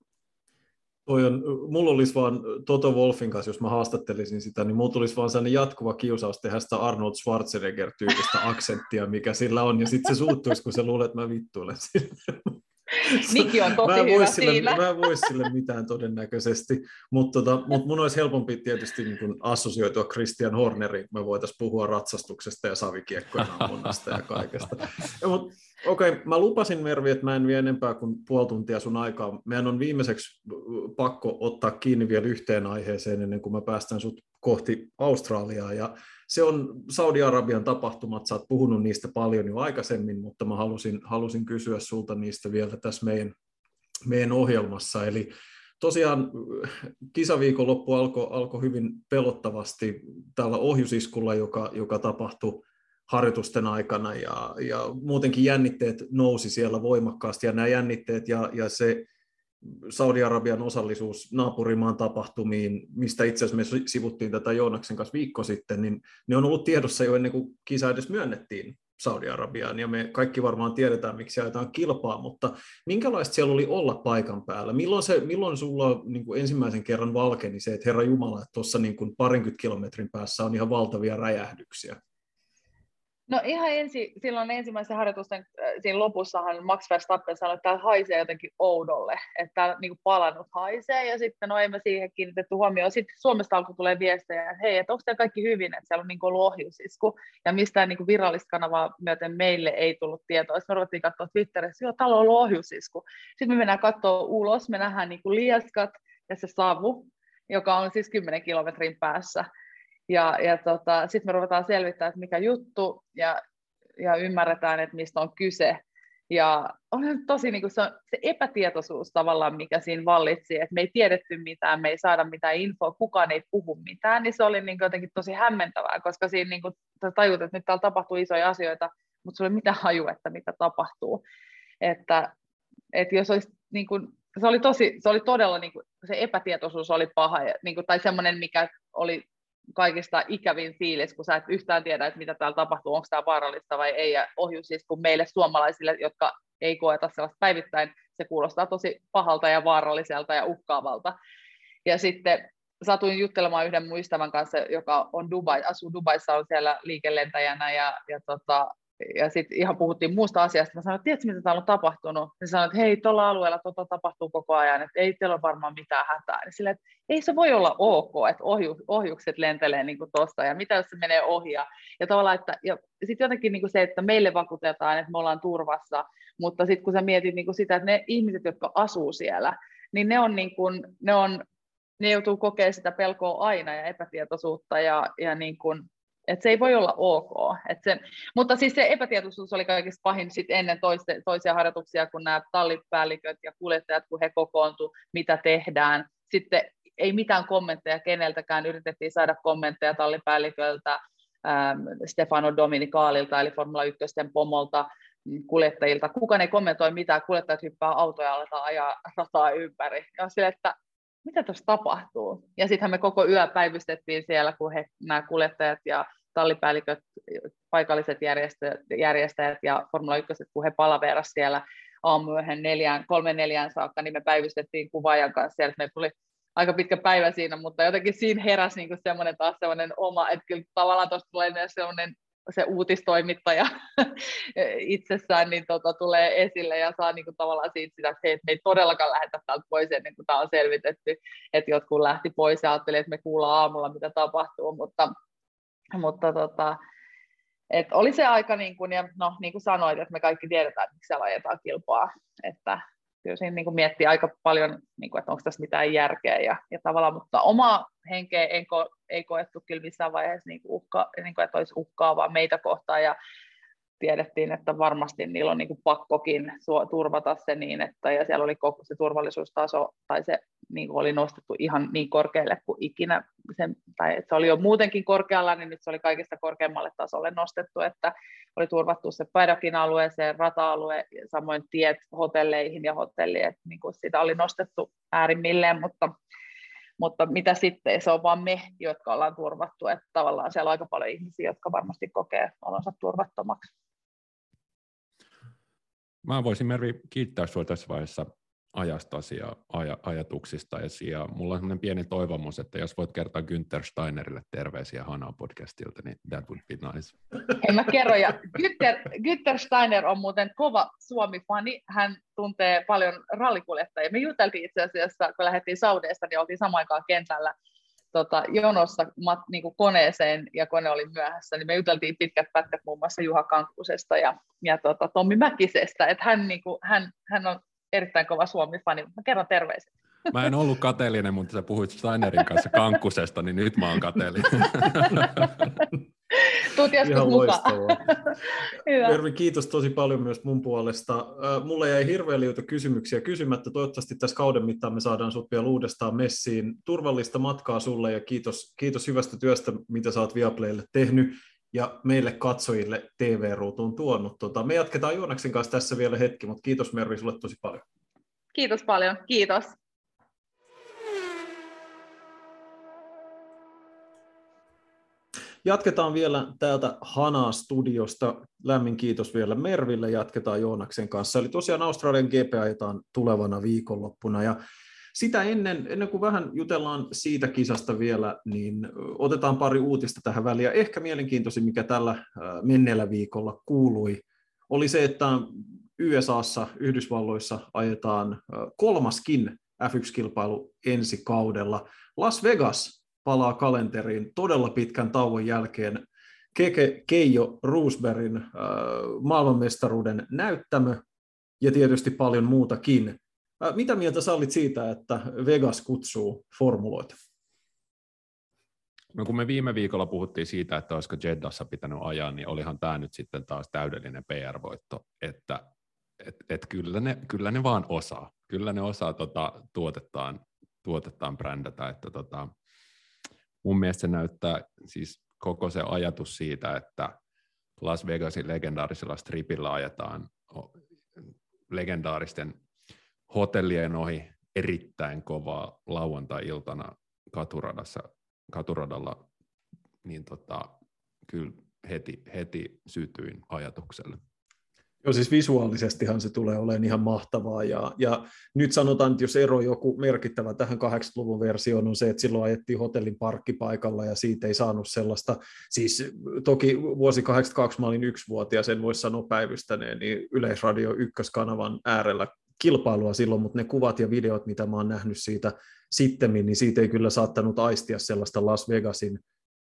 Toi on, mulla olisi vaan Toto Wolffin kanssa, jos mä haastattelisin sitä, niin mulla tulisi vaan sellainen jatkuva kiusaus tehdä sitä Arnold Schwarzenegger-tyyppistä aksenttia, mikä sillä on, ja sitten se suuttuisi, kun se luulee, että mä vittuilen sille. Niki on tosi mä hyvä sille, siinä. Mä en voi sille mitään todennäköisesti, mutta tota, mut mun olisi helpompi tietysti niin kun assosioitua Christian Horneriin, me voitaisiin puhua ratsastuksesta ja savikiekkojen ammunnasta ja kaikesta. Mutta okei, okay, mä lupasin Mervi, että mä en vie enempää kuin puoli tuntia sun aikaa. Meidän on viimeiseksi pakko ottaa kiinni vielä yhteen aiheeseen ennen kuin mä päästän sut kohti Australiaa. Ja se on Saudi-Arabian tapahtumat, sä oot puhunut niistä paljon jo aikaisemmin, mutta mä halusin, halusin kysyä sulta niistä vielä tässä meidän, meidän ohjelmassa. Eli tosiaan kisaviikonloppu alkoi alko hyvin pelottavasti tällä ohjusiskulla, joka, joka tapahtui harjoitusten aikana, ja, ja muutenkin jännitteet nousi siellä voimakkaasti, ja nämä jännitteet ja, ja se Saudi-Arabian osallisuus naapurimaan tapahtumiin, mistä itse asiassa me sivuttiin tätä Joonaksen kanssa viikko sitten, niin ne on ollut tiedossa jo ennen kuin kisa edes myönnettiin Saudi-Arabiaan, ja me kaikki varmaan tiedetään, miksi ajetaan kilpaa, mutta minkälaista siellä oli olla paikan päällä? Milloin, se, milloin sulla niin kuin ensimmäisen kerran valkeni se, että Herra Jumala, että tuossa niin kuin parinkymmentä kilometrin päässä on ihan valtavia räjähdyksiä? No ihan ensi, silloin ensimmäisen harjoitusten siinä lopussahan Max Verstappen sanoi, että täällä haisee jotenkin oudolle, että täällä niin kuin palannut haisee, ja sitten no ei me siihen kiinnitetty huomioon. Sitten Suomesta alkoi tulee viestejä, että hei, että onko tämä kaikki hyvin, että siellä on niin kuin ollut ohjusisku, ja mistään niin kuin virallista kanavaa myöten meille ei tullut tietoa. Sitten me ruvettiin katsoa Twitterissä, joo, täällä on ollut ohjusisku. Sitten me mennään katsoa ulos, me nähdään niin kuin lieskat ja se savu, joka on siis kymmenen kilometrin päässä. Ja, ja tota, sitten me ruvetaan selvittämään, että mikä juttu, ja, ja ymmärretään, että mistä on kyse. Ja on tosi niin kuin se, se epätietoisuus tavallaan, mikä siinä vallitsi, että me ei tiedetty mitään, me ei saada mitään infoa, kukaan ei puhu mitään, niin se oli niin kuin jotenkin tosi hämmentävää, koska siinä niin kuin tajut, että nyt täällä tapahtuu isoja asioita, mutta sulla ei ole mitään haju, että mitä tapahtuu. Että, että jos olisi, niin kuin, se oli tosi, se oli todella, niin kuin, se epätietoisuus oli paha, niin kuin, tai semmoinen, mikä oli kaikista ikävin fiilis, kun sä et yhtään tiedä, että mitä täällä tapahtuu, onko tämä vaarallista vai ei, ja ohjusisku meille suomalaisille, jotka ei koeta sellaista päivittäin, se kuulostaa tosi pahalta ja vaaralliselta ja uhkaavalta. Ja sitten satuin juttelemaan yhden mun ystävän kanssa, joka on Dubai, asuu Dubaissa, on siellä liikelentäjänä, ja, ja, tota, ja sitten ihan puhuttiin muusta asiasta. Mä sanoin, että tiedätkö, mitä täällä on tapahtunut? Ja sanoin, että hei, tuolla alueella tota tapahtuu koko ajan, että ei teillä ole varmaan mitään hätää. Ja sillä, että ei se voi olla ok, että ohju, ohjukset lentelee niin kuin tuosta, ja mitä jos se menee ohi. Ja, ja tavallaan, että ja sitten jotenkin niin kuin se, että meille vakuutetaan, että me ollaan turvassa, mutta sitten kun sä mietit niin kuin sitä, että ne ihmiset, jotka asuu siellä, niin ne on niin kuin, ne on ne joutuu kokemaan sitä pelkoa aina ja epätietoisuutta, ja, ja niin kuin, että se ei voi olla ok. Että se, mutta siis se epätietoisuus oli kaikista pahin sit ennen toiste, toisia harjoituksia, kun nämä tallipäälliköt ja kuljettajat, kun he kokoontuivat, mitä tehdään. Sitten ei mitään kommentteja keneltäkään, yritettiin saada kommentteja tallipäälliköltä, ähm, Stefano Dominicalilta, eli Formula yksi pomolta, kuljettajilta. Kukaan ei kommentoi mitään, kuljettajat hyppää autoja, aletaan ajaa rataa ympäri. Ja sille, että mitä tuossa tapahtuu? Ja sittenhän me koko yö päivystettiin siellä, kun he, nämä kuljettajat ja tallipäälliköt, paikalliset järjestäjät, järjestäjät ja Formula yksi, kun he palaverasivat siellä aamuyöhön neljään, kolme neljään saakka, niin me päivystettiin kuvaajan kanssa siellä. Meillä tuli aika pitkä päivä siinä, mutta jotenkin siinä heräsi niin semmoinen taas semmoinen oma, että kyllä tavallaan tuosta tulee myös semmoinen se uutistoimittaja itsessään niin tota, tulee esille ja saa niin kuin, tavallaan siitä sitä, että, hei, että me ei todellakaan lähdetä täältä pois ennen kuin tämä on selvitetty, että jotkut lähti pois ja ajatteli, että me kuullaan aamulla, mitä tapahtuu, mutta, mutta tota, et oli se aika, niin kuin, ja no, niin kuin sanoit, että me kaikki tiedetään, että miksi siellä ajetaan kilpaa, että kyllä siinä niin kuin miettii aika paljon, niin kuin, että onko tässä mitään järkeä ja, ja tavallaan, mutta omaa henkeä en ko, ei koettu kyllä missään vaiheessa, niin kuin uhka, niin kuin, että olisi uhkaavaa meitä kohtaan, ja tiedettiin, että varmasti niillä on niin kuin pakkokin turvata se niin, että ja siellä oli koko se turvallisuustaso, tai se niin kuin oli nostettu ihan niin korkealle kuin ikinä, sen, tai että se oli jo muutenkin korkealla, niin nyt se oli kaikista korkeammalle tasolle nostettu, että oli turvattu se paddockin alue, se rata-alue, samoin tiet hotelleihin ja hotelliin, että niin kuin sitä oli nostettu äärimmilleen, mutta, mutta mitä sitten, se on vaan me, jotka ollaan turvattu, että tavallaan siellä on aika paljon ihmisiä, jotka varmasti kokee olonsa turvattomaksi. Mä voisin, Mervi, kiittää sinua tässä vaiheessa ajastasi ja aj- ajatuksistasi, ja mulla on sellainen pieni toivomus, että jos voit kertoa Günther Steinerille terveisiä Hanaa podcastilta, niin that would be nice. En mä kerro, ja Günther, Günther Steiner on muuten kova Suomi-fani, hän tuntee paljon rallikuljettajia. Me juteltiin itse asiassa, kun lähdettiin Saudeesta, niin oltiin samaan aikaan kentällä tota, jonossa mat, niin kuin koneeseen, ja kone oli myöhässä, niin me juteltiin pitkät pätkät muun muassa Juha Kankkusesta ja, ja tota, Tommi Mäkisestä, että hän, niin kuin, hän, hän on erittäin kova Suomi-fani. Mä kerron terveiset. Mä en ollut kateellinen, mutta sä puhuit Steinerin kanssa Kankkusesta, niin nyt mä oon kateellinen. Tuut joskus mukaan. Mervi, kiitos tosi paljon myös mun puolesta. Mulle jäi hirveän liuta kysymyksiä kysymättä. Toivottavasti tässä kauden mittaan me saadaan sut vielä uudestaan messiin. Turvallista matkaa sulle ja kiitos, kiitos hyvästä työstä, mitä sä oot Viaplaylle tehnyt. ja meille katsojille T V-ruutuun tuonut. Tota, me jatketaan Joonaksen kanssa tässä vielä hetki, mutta kiitos Mervi sulle tosi paljon. Kiitos paljon, kiitos. Jatketaan vielä täältä Hanaa-studiosta. Lämmin kiitos vielä Merville. Jatketaan Joonaksen kanssa. Eli tosiaan Australian G P ajetaan tulevana viikonloppuna. Ja sitä ennen, ennen kuin vähän jutellaan siitä kisasta vielä, niin otetaan pari uutista tähän väliin. Ja ehkä mielenkiintoisin, mikä tällä menneellä viikolla kuului, oli se, että Y S A:ssa, Yhdysvalloissa ajetaan kolmaskin F yksi -kilpailu ensi kaudella. Las Vegas palaa kalenteriin todella pitkän tauon jälkeen. Keke Keijo Roosbergin äh, maailmanmestaruuden näyttämö ja tietysti paljon muutakin. Äh, mitä mieltä sä olit siitä, että Vegas kutsuu formuloita? No kun me viime viikolla puhuttiin siitä, että olisiko Jeddassa pitänyt ajaa, niin olihan tämä nyt sitten taas täydellinen P R-voitto, että et, et kyllä, ne, kyllä ne vaan osaa. Kyllä ne osaa tota, tuotettaan, tuotettaan brändätä, että tota, mun mielestä se näyttää siis koko se ajatus siitä, että Las Vegasin legendaarisella stripillä ajetaan legendaaristen hotellien ohi erittäin kovaa lauantai-iltana katuradassa, katuradalla, niin tota, kyllä heti, heti sytyin ajatukselle. Joo, siis visuaalisestihan se tulee olemaan ihan mahtavaa, ja, ja nyt sanotaan, että jos ero joku merkittävä tähän kahdeksankymmentäluvun versioon on se, että silloin ajettiin hotellin parkkipaikalla, ja siitä ei saanut sellaista, siis toki vuosi kahdeksankymmentäkaksi mä olin yksivuotias, en voi sanoa päivystäneen, niin Yleisradio ykköskanavan äärellä kilpailua silloin, mutta ne kuvat ja videot, mitä mä oon nähnyt siitä sittemmin, niin siitä ei kyllä saattanut aistia sellaista Las Vegasin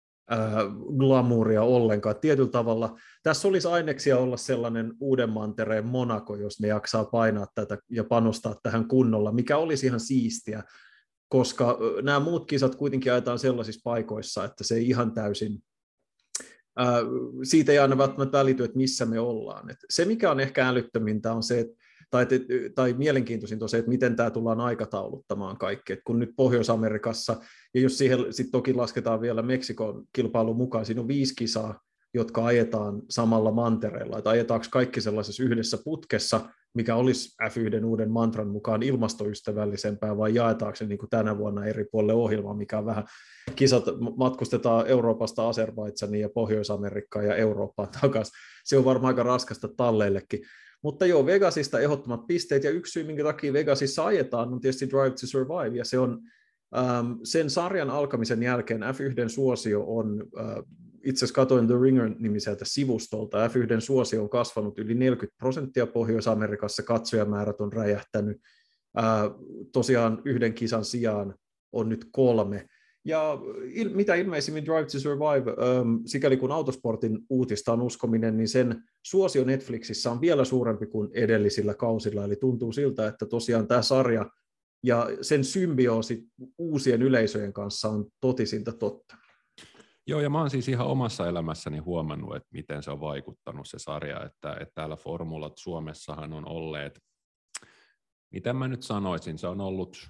glamouria ollenkaan. Tietyllä tavalla tässä olisi aineksia olla sellainen uuden mantereen Monaco, jos ne jaksaa painaa tätä ja panostaa tähän kunnolla, mikä olisi ihan siistiä, koska nämä muut kisat kuitenkin ajetaan sellaisissa paikoissa, että se ei ihan täysin, ää, siitä ei aina välttämättä välity, että missä me ollaan. Et se, mikä on ehkä älyttömintä, on se, että Tai, tai mielenkiintoisin on se, että miten tämä tullaan aikatauluttamaan kaikki. Et kun nyt Pohjois-Amerikassa, ja jos siihen sitten toki lasketaan vielä Meksikon kilpailu mukaan, siinä on viisi kisaa, jotka ajetaan samalla mantereella. Että ajetaanko kaikki sellaisessa yhdessä putkessa, mikä olisi F yksi uuden mantran mukaan ilmastoystävällisempää, vai jaetaanko se niin kuin tänä vuonna eri puolille ohjelmaa, mikä on vähän kisat, matkustetaan Euroopasta Azerbaidžaniin ja Pohjois-Amerikkaan ja Eurooppaan takaisin. Se on varmaan aika raskasta talleillekin. Mutta joo, Vegasista ehdottomat pisteet, ja yksi syy, minkä takia Vegasissa ajetaan, on tietysti Drive to Survive, ja se on ähm, sen sarjan alkamisen jälkeen F yksi suosio on, äh, itse asiassa katoin The Ringer-nimiseltä sivustolta, F yksi suosio on kasvanut yli neljäkymmentä prosenttia Pohjois-Amerikassa, katsojamäärät on räjähtänyt, äh, tosiaan yhden kisan sijaan on nyt kolme. Ja il, mitä ilmeisimmin Drive to Survive, ähm, sikäli kun autosportin uutista on uskominen, niin sen suosio Netflixissä on vielä suurempi kuin edellisillä kausilla. Eli tuntuu siltä, että tosiaan tämä sarja ja sen symbioosi uusien yleisöjen kanssa on totisinta totta. Joo, ja mä oon siis ihan omassa elämässäni huomannut, että miten se on vaikuttanut se sarja, että, että täällä formulat Suomessahan on olleet, miten mä nyt sanoisin, se on ollut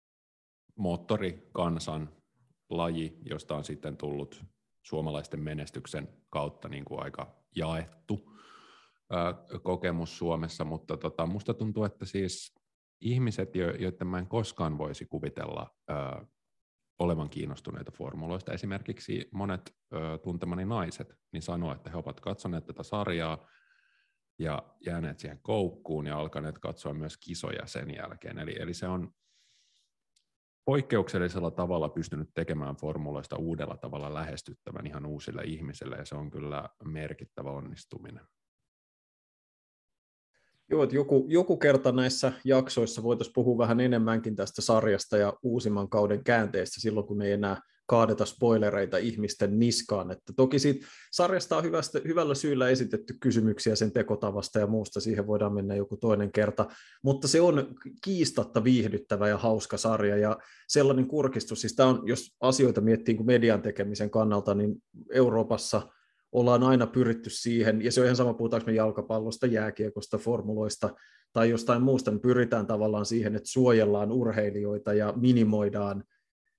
moottorikansan laji, josta on sitten tullut suomalaisten menestyksen kautta niin kuin aika jaettu ää, kokemus Suomessa, mutta tota, musta tuntuu, että siis ihmiset, joiden mä en koskaan voisi kuvitella ää, olevan kiinnostuneita formuloista, esimerkiksi monet ää, tuntemani naiset, niin sanoo, että he ovat katsoneet tätä sarjaa ja jääneet siihen koukkuun ja alkaneet katsoa myös kisoja sen jälkeen, eli, eli se on poikkeuksellisella tavalla pystynyt tekemään formuloista uudella tavalla lähestyttävän ihan uusille ihmisille, ja se on kyllä merkittävä onnistuminen. Joo, että joku, joku kerta näissä jaksoissa voitaisiin puhua vähän enemmänkin tästä sarjasta ja uusimman kauden käänteestä silloin, kun ei enää kaadeta spoilereita ihmisten niskaan. Että toki siitä sarjasta on hyvästä, hyvällä syyllä esitetty kysymyksiä sen tekotavasta ja muusta, siihen voidaan mennä joku toinen kerta, mutta se on kiistatta viihdyttävä ja hauska sarja, ja sellainen kurkistus, siis tämä on, jos asioita miettii kuin median tekemisen kannalta, niin Euroopassa ollaan aina pyritty siihen, ja se on ihan sama, puhutaanko me jalkapallosta, jääkiekosta, formuloista tai jostain muusta, niin pyritään tavallaan siihen, että suojellaan urheilijoita ja minimoidaan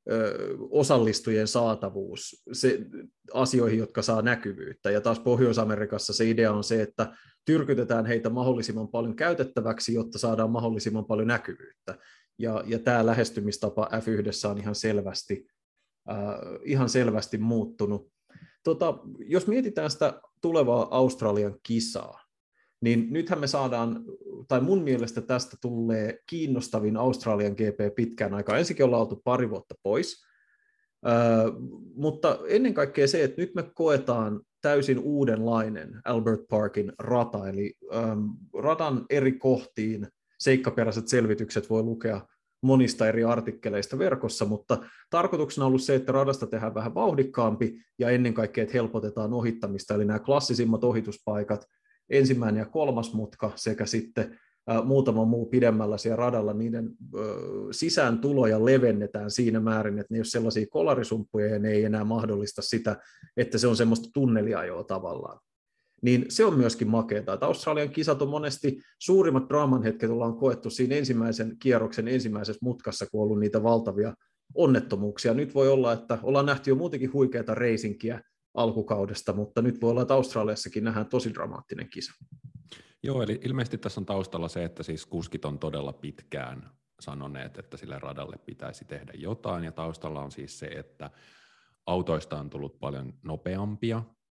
osallistujien saatavuus se, asioihin, jotka saa näkyvyyttä. Ja taas Pohjois-Amerikassa se idea on se, että tyrkytetään heitä mahdollisimman paljon käytettäväksi, jotta saadaan mahdollisimman paljon näkyvyyttä. Ja, ja tämä lähestymistapa F yksi on ihan selvästi, äh, ihan selvästi muuttunut. Tota, jos mietitään sitä tulevaa Australian kisaa, niin nythän me saadaan, tai mun mielestä tästä tulee kiinnostavin Australian G P pitkään aikaa. Ensinnäkin ollaan oltu pari vuotta pois, öö, mutta ennen kaikkea se, että nyt me koetaan täysin uudenlainen Albert Parkin rata, eli öö, radan eri kohtiin seikkaperäiset selvitykset voi lukea monista eri artikkeleista verkossa, mutta tarkoituksena on ollut se, että radasta tehdään vähän vauhdikkaampi ja ennen kaikkea, että helpotetaan ohittamista, eli nämä klassisimmat ohituspaikat, ensimmäinen ja kolmas mutka sekä sitten ä, muutama muu pidemmällä siellä radalla, niiden ö, sisääntuloja levennetään siinä määrin, että ne ei ole sellaisia kolarisumppuja ja ne ei enää mahdollista sitä, että se on semmoista tunneliajoa tavallaan. Niin se on myöskin makeata, että Australian kisat on monesti suurimmat draaman hetket ollaan koettu siinä ensimmäisen kierroksen ensimmäisessä mutkassa, kun on ollut niitä valtavia onnettomuuksia. Nyt voi olla, että ollaan nähty jo muutenkin huikeata reisinkiä alkukaudesta, mutta nyt voi olla, että Australiassakin nähdään tosi dramaattinen kisa. Joo, eli ilmeisesti tässä on taustalla se, että siis kuskit on todella pitkään sanoneet, että sille radalle pitäisi tehdä jotain, ja taustalla on siis se, että autoista on tullut paljon nopeampia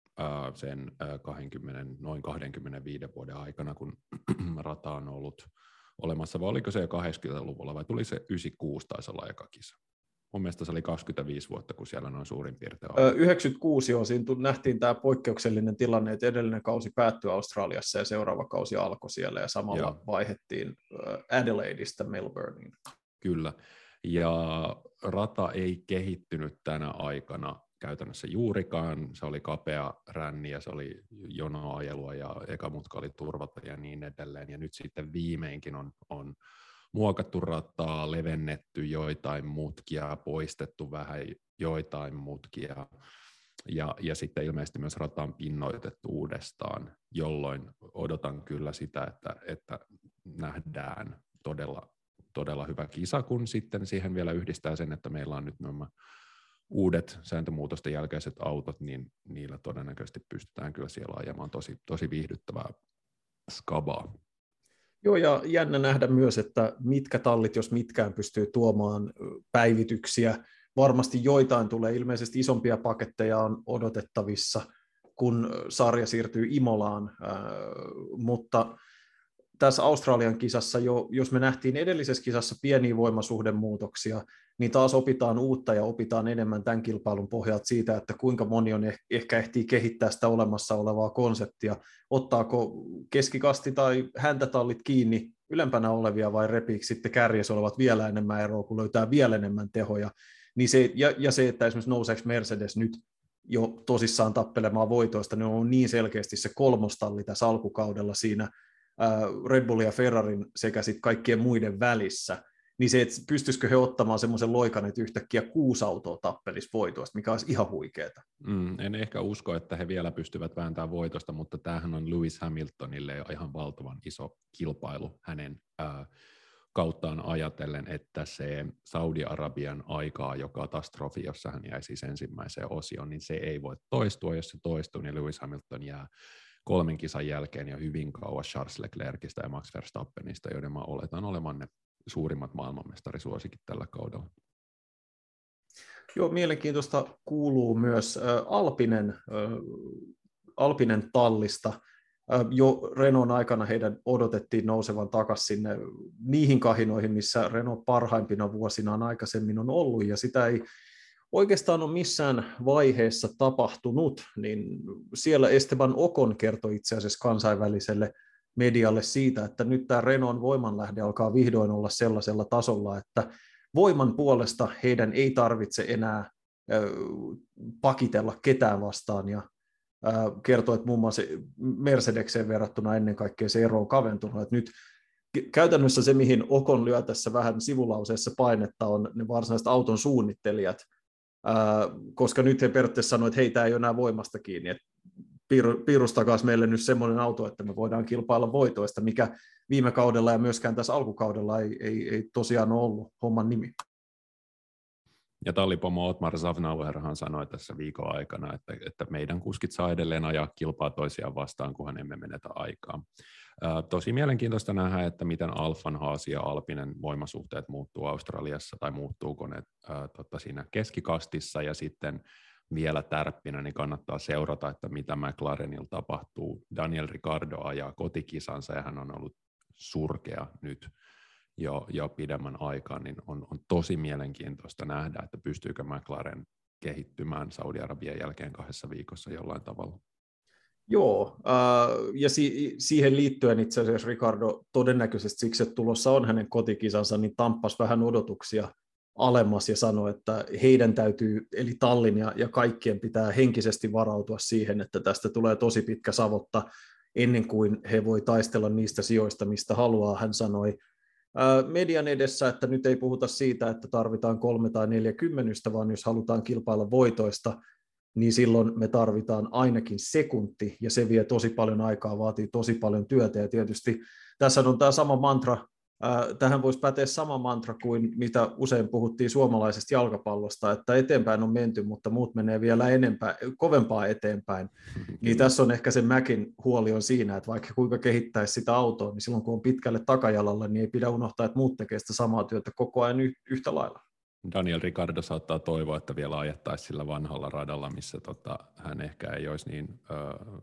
sen kaksikymmentä, noin kaksikymmentäviisi vuoden aikana, kun rata on ollut olemassa, vai oliko se jo kahdeksankymmentäluvulla, vai tuli se yhdeksänkymmentäkuusi taisi olla eka kisa? Mun mielestä se oli kaksikymmentäviisi vuotta, kun siellä noin suurin piirtein on. yhdeksänkymmentäkuusi jo, siinä nähtiin tämä poikkeuksellinen tilanne, että edellinen kausi päättyi Australiassa ja seuraava kausi alkoi siellä, ja samalla Joo. vaihdettiin Adelaideista Melbourneen. Kyllä, ja rata ei kehittynyt tänä aikana käytännössä juurikaan. Se oli kapea ränni ja se oli jonoajelua ja eka mutka oli turvatta ja niin edelleen. Ja nyt sitten viimeinkin on, on muokattu rataa, levennetty joitain mutkia, poistettu vähän joitain mutkia ja, ja sitten ilmeisesti myös rata on pinnoitettu uudestaan, jolloin odotan kyllä sitä, että, että nähdään todella, todella hyvä kisa, kun sitten siihen vielä yhdistää sen, että meillä on nyt nämä uudet sääntömuutosten jälkeiset autot, niin niillä todennäköisesti pystytään kyllä siellä ajamaan tosi, tosi viihdyttävää skabaa. Joo, ja jännä nähdä myös, että mitkä tallit, jos mitkään, pystyy tuomaan päivityksiä. Varmasti joitain tulee, ilmeisesti isompia paketteja on odotettavissa, kun sarja siirtyy Imolaan, mutta tässä Australian kisassa jo, jos me nähtiin edellisessä kisassa pieniä voimasuhdemuutoksia, niin taas opitaan uutta ja opitaan enemmän tämän kilpailun pohjalta siitä, että kuinka moni on ehkä ehtii kehittää sitä olemassa olevaa konseptia. Ottaako keskikasti tai häntätallit kiinni ylempänä olevia vai repiikö sitten kärjessä olevat vielä enemmän eroa, kun löytää vielä enemmän tehoja. Niin se, ja, ja se, että esimerkiksi nouseeko Mercedes nyt jo tosissaan tappelemaan voitoista, ne on niin selkeästi se kolmostalli tässä alkukaudella siinä Red Bullin ja Ferrarin sekä sitten kaikkien muiden välissä, niin se, että pystyisikö he ottamaan semmoisen loikan, että yhtäkkiä kuusi autoa tappelisi voitoista, mikä olisi ihan huikeeta. Mm, en ehkä usko, että he vielä pystyvät vääntämään voitosta, mutta tämähän on Lewis Hamiltonille ihan valtavan iso kilpailu hänen ää, kauttaan ajatellen, että se Saudi-Arabian aikaa, jo katastrofi, jossa hän jäi siis ensimmäiseen osioon, niin se ei voi toistua. Jos se toistuu, niin Lewis Hamilton jää kolmen kisan jälkeen ja hyvin kauas Charles Leclercistä ja Max Verstappenista, joiden mä oletan olevan ne suurimmat maailmanmestarisuosikit tällä kaudella. Joo, mielenkiintoista kuuluu myös äh, Alpinen, äh, Alpinen tallista. Äh, jo Renaultin aikana heidän odotettiin nousevan takaisin sinne niihin kahinoihin, missä Renault parhaimpina vuosinaan aikaisemmin on ollut, ja sitä ei oikeastaan on missään vaiheessa tapahtunut, niin siellä Esteban Ocon kertoi itse asiassa kansainväliselle medialle siitä, että nyt tämä Renaultin voimanlähde alkaa vihdoin olla sellaisella tasolla, että voiman puolesta heidän ei tarvitse enää pakitella ketään vastaan, ja kertoi, että muun muassa Mercedekseen verrattuna ennen kaikkea se ero on kaventunut, että nyt käytännössä se, mihin Ocon lyö tässä vähän sivulauseessa painetta, on ne varsinaiset auton suunnittelijat, koska nyt he periaatteessa sanoivat, että hei, tämä ei ole enää voimasta kiinni, että piirustakaa meille nyt semmoinen auto, että me voidaan kilpailla voitoista, mikä viime kaudella ja myöskään tässä alkukaudella ei, ei, ei tosiaan ole ollut homman nimi. Ja tallipomo Otmar Zavnauerhan sanoi tässä viikon aikana, että, että meidän kuskit saa edelleen ajaa kilpaa toisiaan vastaan, kunhan emme menetä aikaa. Ää, tosi mielenkiintoista nähdä, että miten Alfan, Haasi ja Alpinen voimasuhteet muuttuu Australiassa, tai muuttuuko ne ää, tota, siinä keskikastissa, ja sitten vielä tärppinä, niin kannattaa seurata, että mitä McLarenilla tapahtuu. Daniel Ricciardo ajaa kotikisansa, ja hän on ollut surkea nyt jo, jo pidemmän aikaa, niin on, on tosi mielenkiintoista nähdä, että pystyykö McLaren kehittymään Saudi-Arabian jälkeen kahdessa viikossa jollain tavalla. Joo, äh, ja si- siihen liittyen itse asiassa Ricciardo todennäköisesti siksi, että tulossa on hänen kotikisansa, niin tamppas vähän odotuksia alemmas ja sanoi, että heidän täytyy, eli Tallin ja, ja kaikkien pitää henkisesti varautua siihen, että tästä tulee tosi pitkä savotta ennen kuin he voi taistella niistä sijoista, mistä haluaa. Hän sanoi median edessä, että nyt ei puhuta siitä, että tarvitaan kolme tai neljä kymmenystä, vaan jos halutaan kilpailla voitoista, niin silloin me tarvitaan ainakin sekunti, ja se vie tosi paljon aikaa, vaatii tosi paljon työtä, ja tietysti tässä on tämä sama mantra, tähän voisi päteä sama mantra kuin mitä usein puhuttiin suomalaisesta jalkapallosta, että eteenpäin on menty, mutta muut menee vielä enempää, kovempaa eteenpäin. Niin tässä on ehkä se Mäkin huoli on siinä, että vaikka kuinka kehittäisi sitä autoa, niin silloin kun on pitkälle takajalalla, niin ei pidä unohtaa, että muut tekee sitä samaa työtä koko ajan yhtä lailla. Daniel Ricciardo saattaa toivoa, että vielä ajettaisiin sillä vanhalla radalla, missä tota, hän ehkä ei olisi niin... Öö,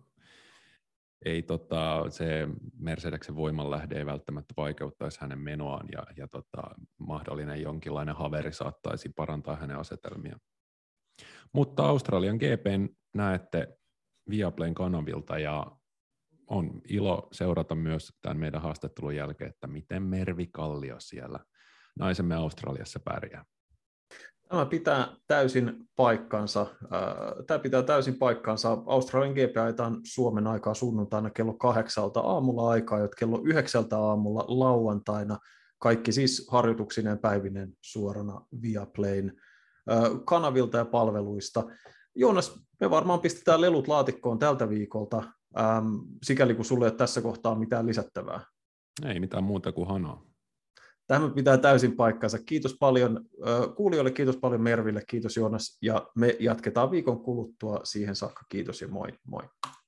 ei tota, se Mercedeksen voimanlähde ei välttämättä vaikeuttaisi hänen menoaan, ja, ja tota, mahdollinen jonkinlainen haveri saattaisi parantaa hänen asetelmiaan. Mutta Australian G P:n näette Viaplayn kanavilta, ja on ilo seurata myös tämän meidän haastattelun jälkeen, että miten Mervi Kallio siellä naisemme Australiassa pärjää. Tämä pitää täysin paikkansa. Tämä pitää täysin paikkansa. Australian G P ajetaan Suomen aikaa sunnuntaina kello kahdeksalta aamulla aikaa, jotta kello yhdeksältä aamulla lauantaina. Kaikki siis harjoituksineen päivinen suorana Viaplayn kanavilta ja palveluista. Joonas, me varmaan pistetään lelut laatikkoon tältä viikolta, sikäli kun sulle ei ole tässä kohtaa mitään lisättävää. Ei mitään muuta kuin hanaa. Tämä pitää täysin paikkansa. Kiitos paljon kuulijoille, kiitos paljon Merville, kiitos Joonas, ja me jatketaan viikon kuluttua. Siihen saakka kiitos ja moi moi.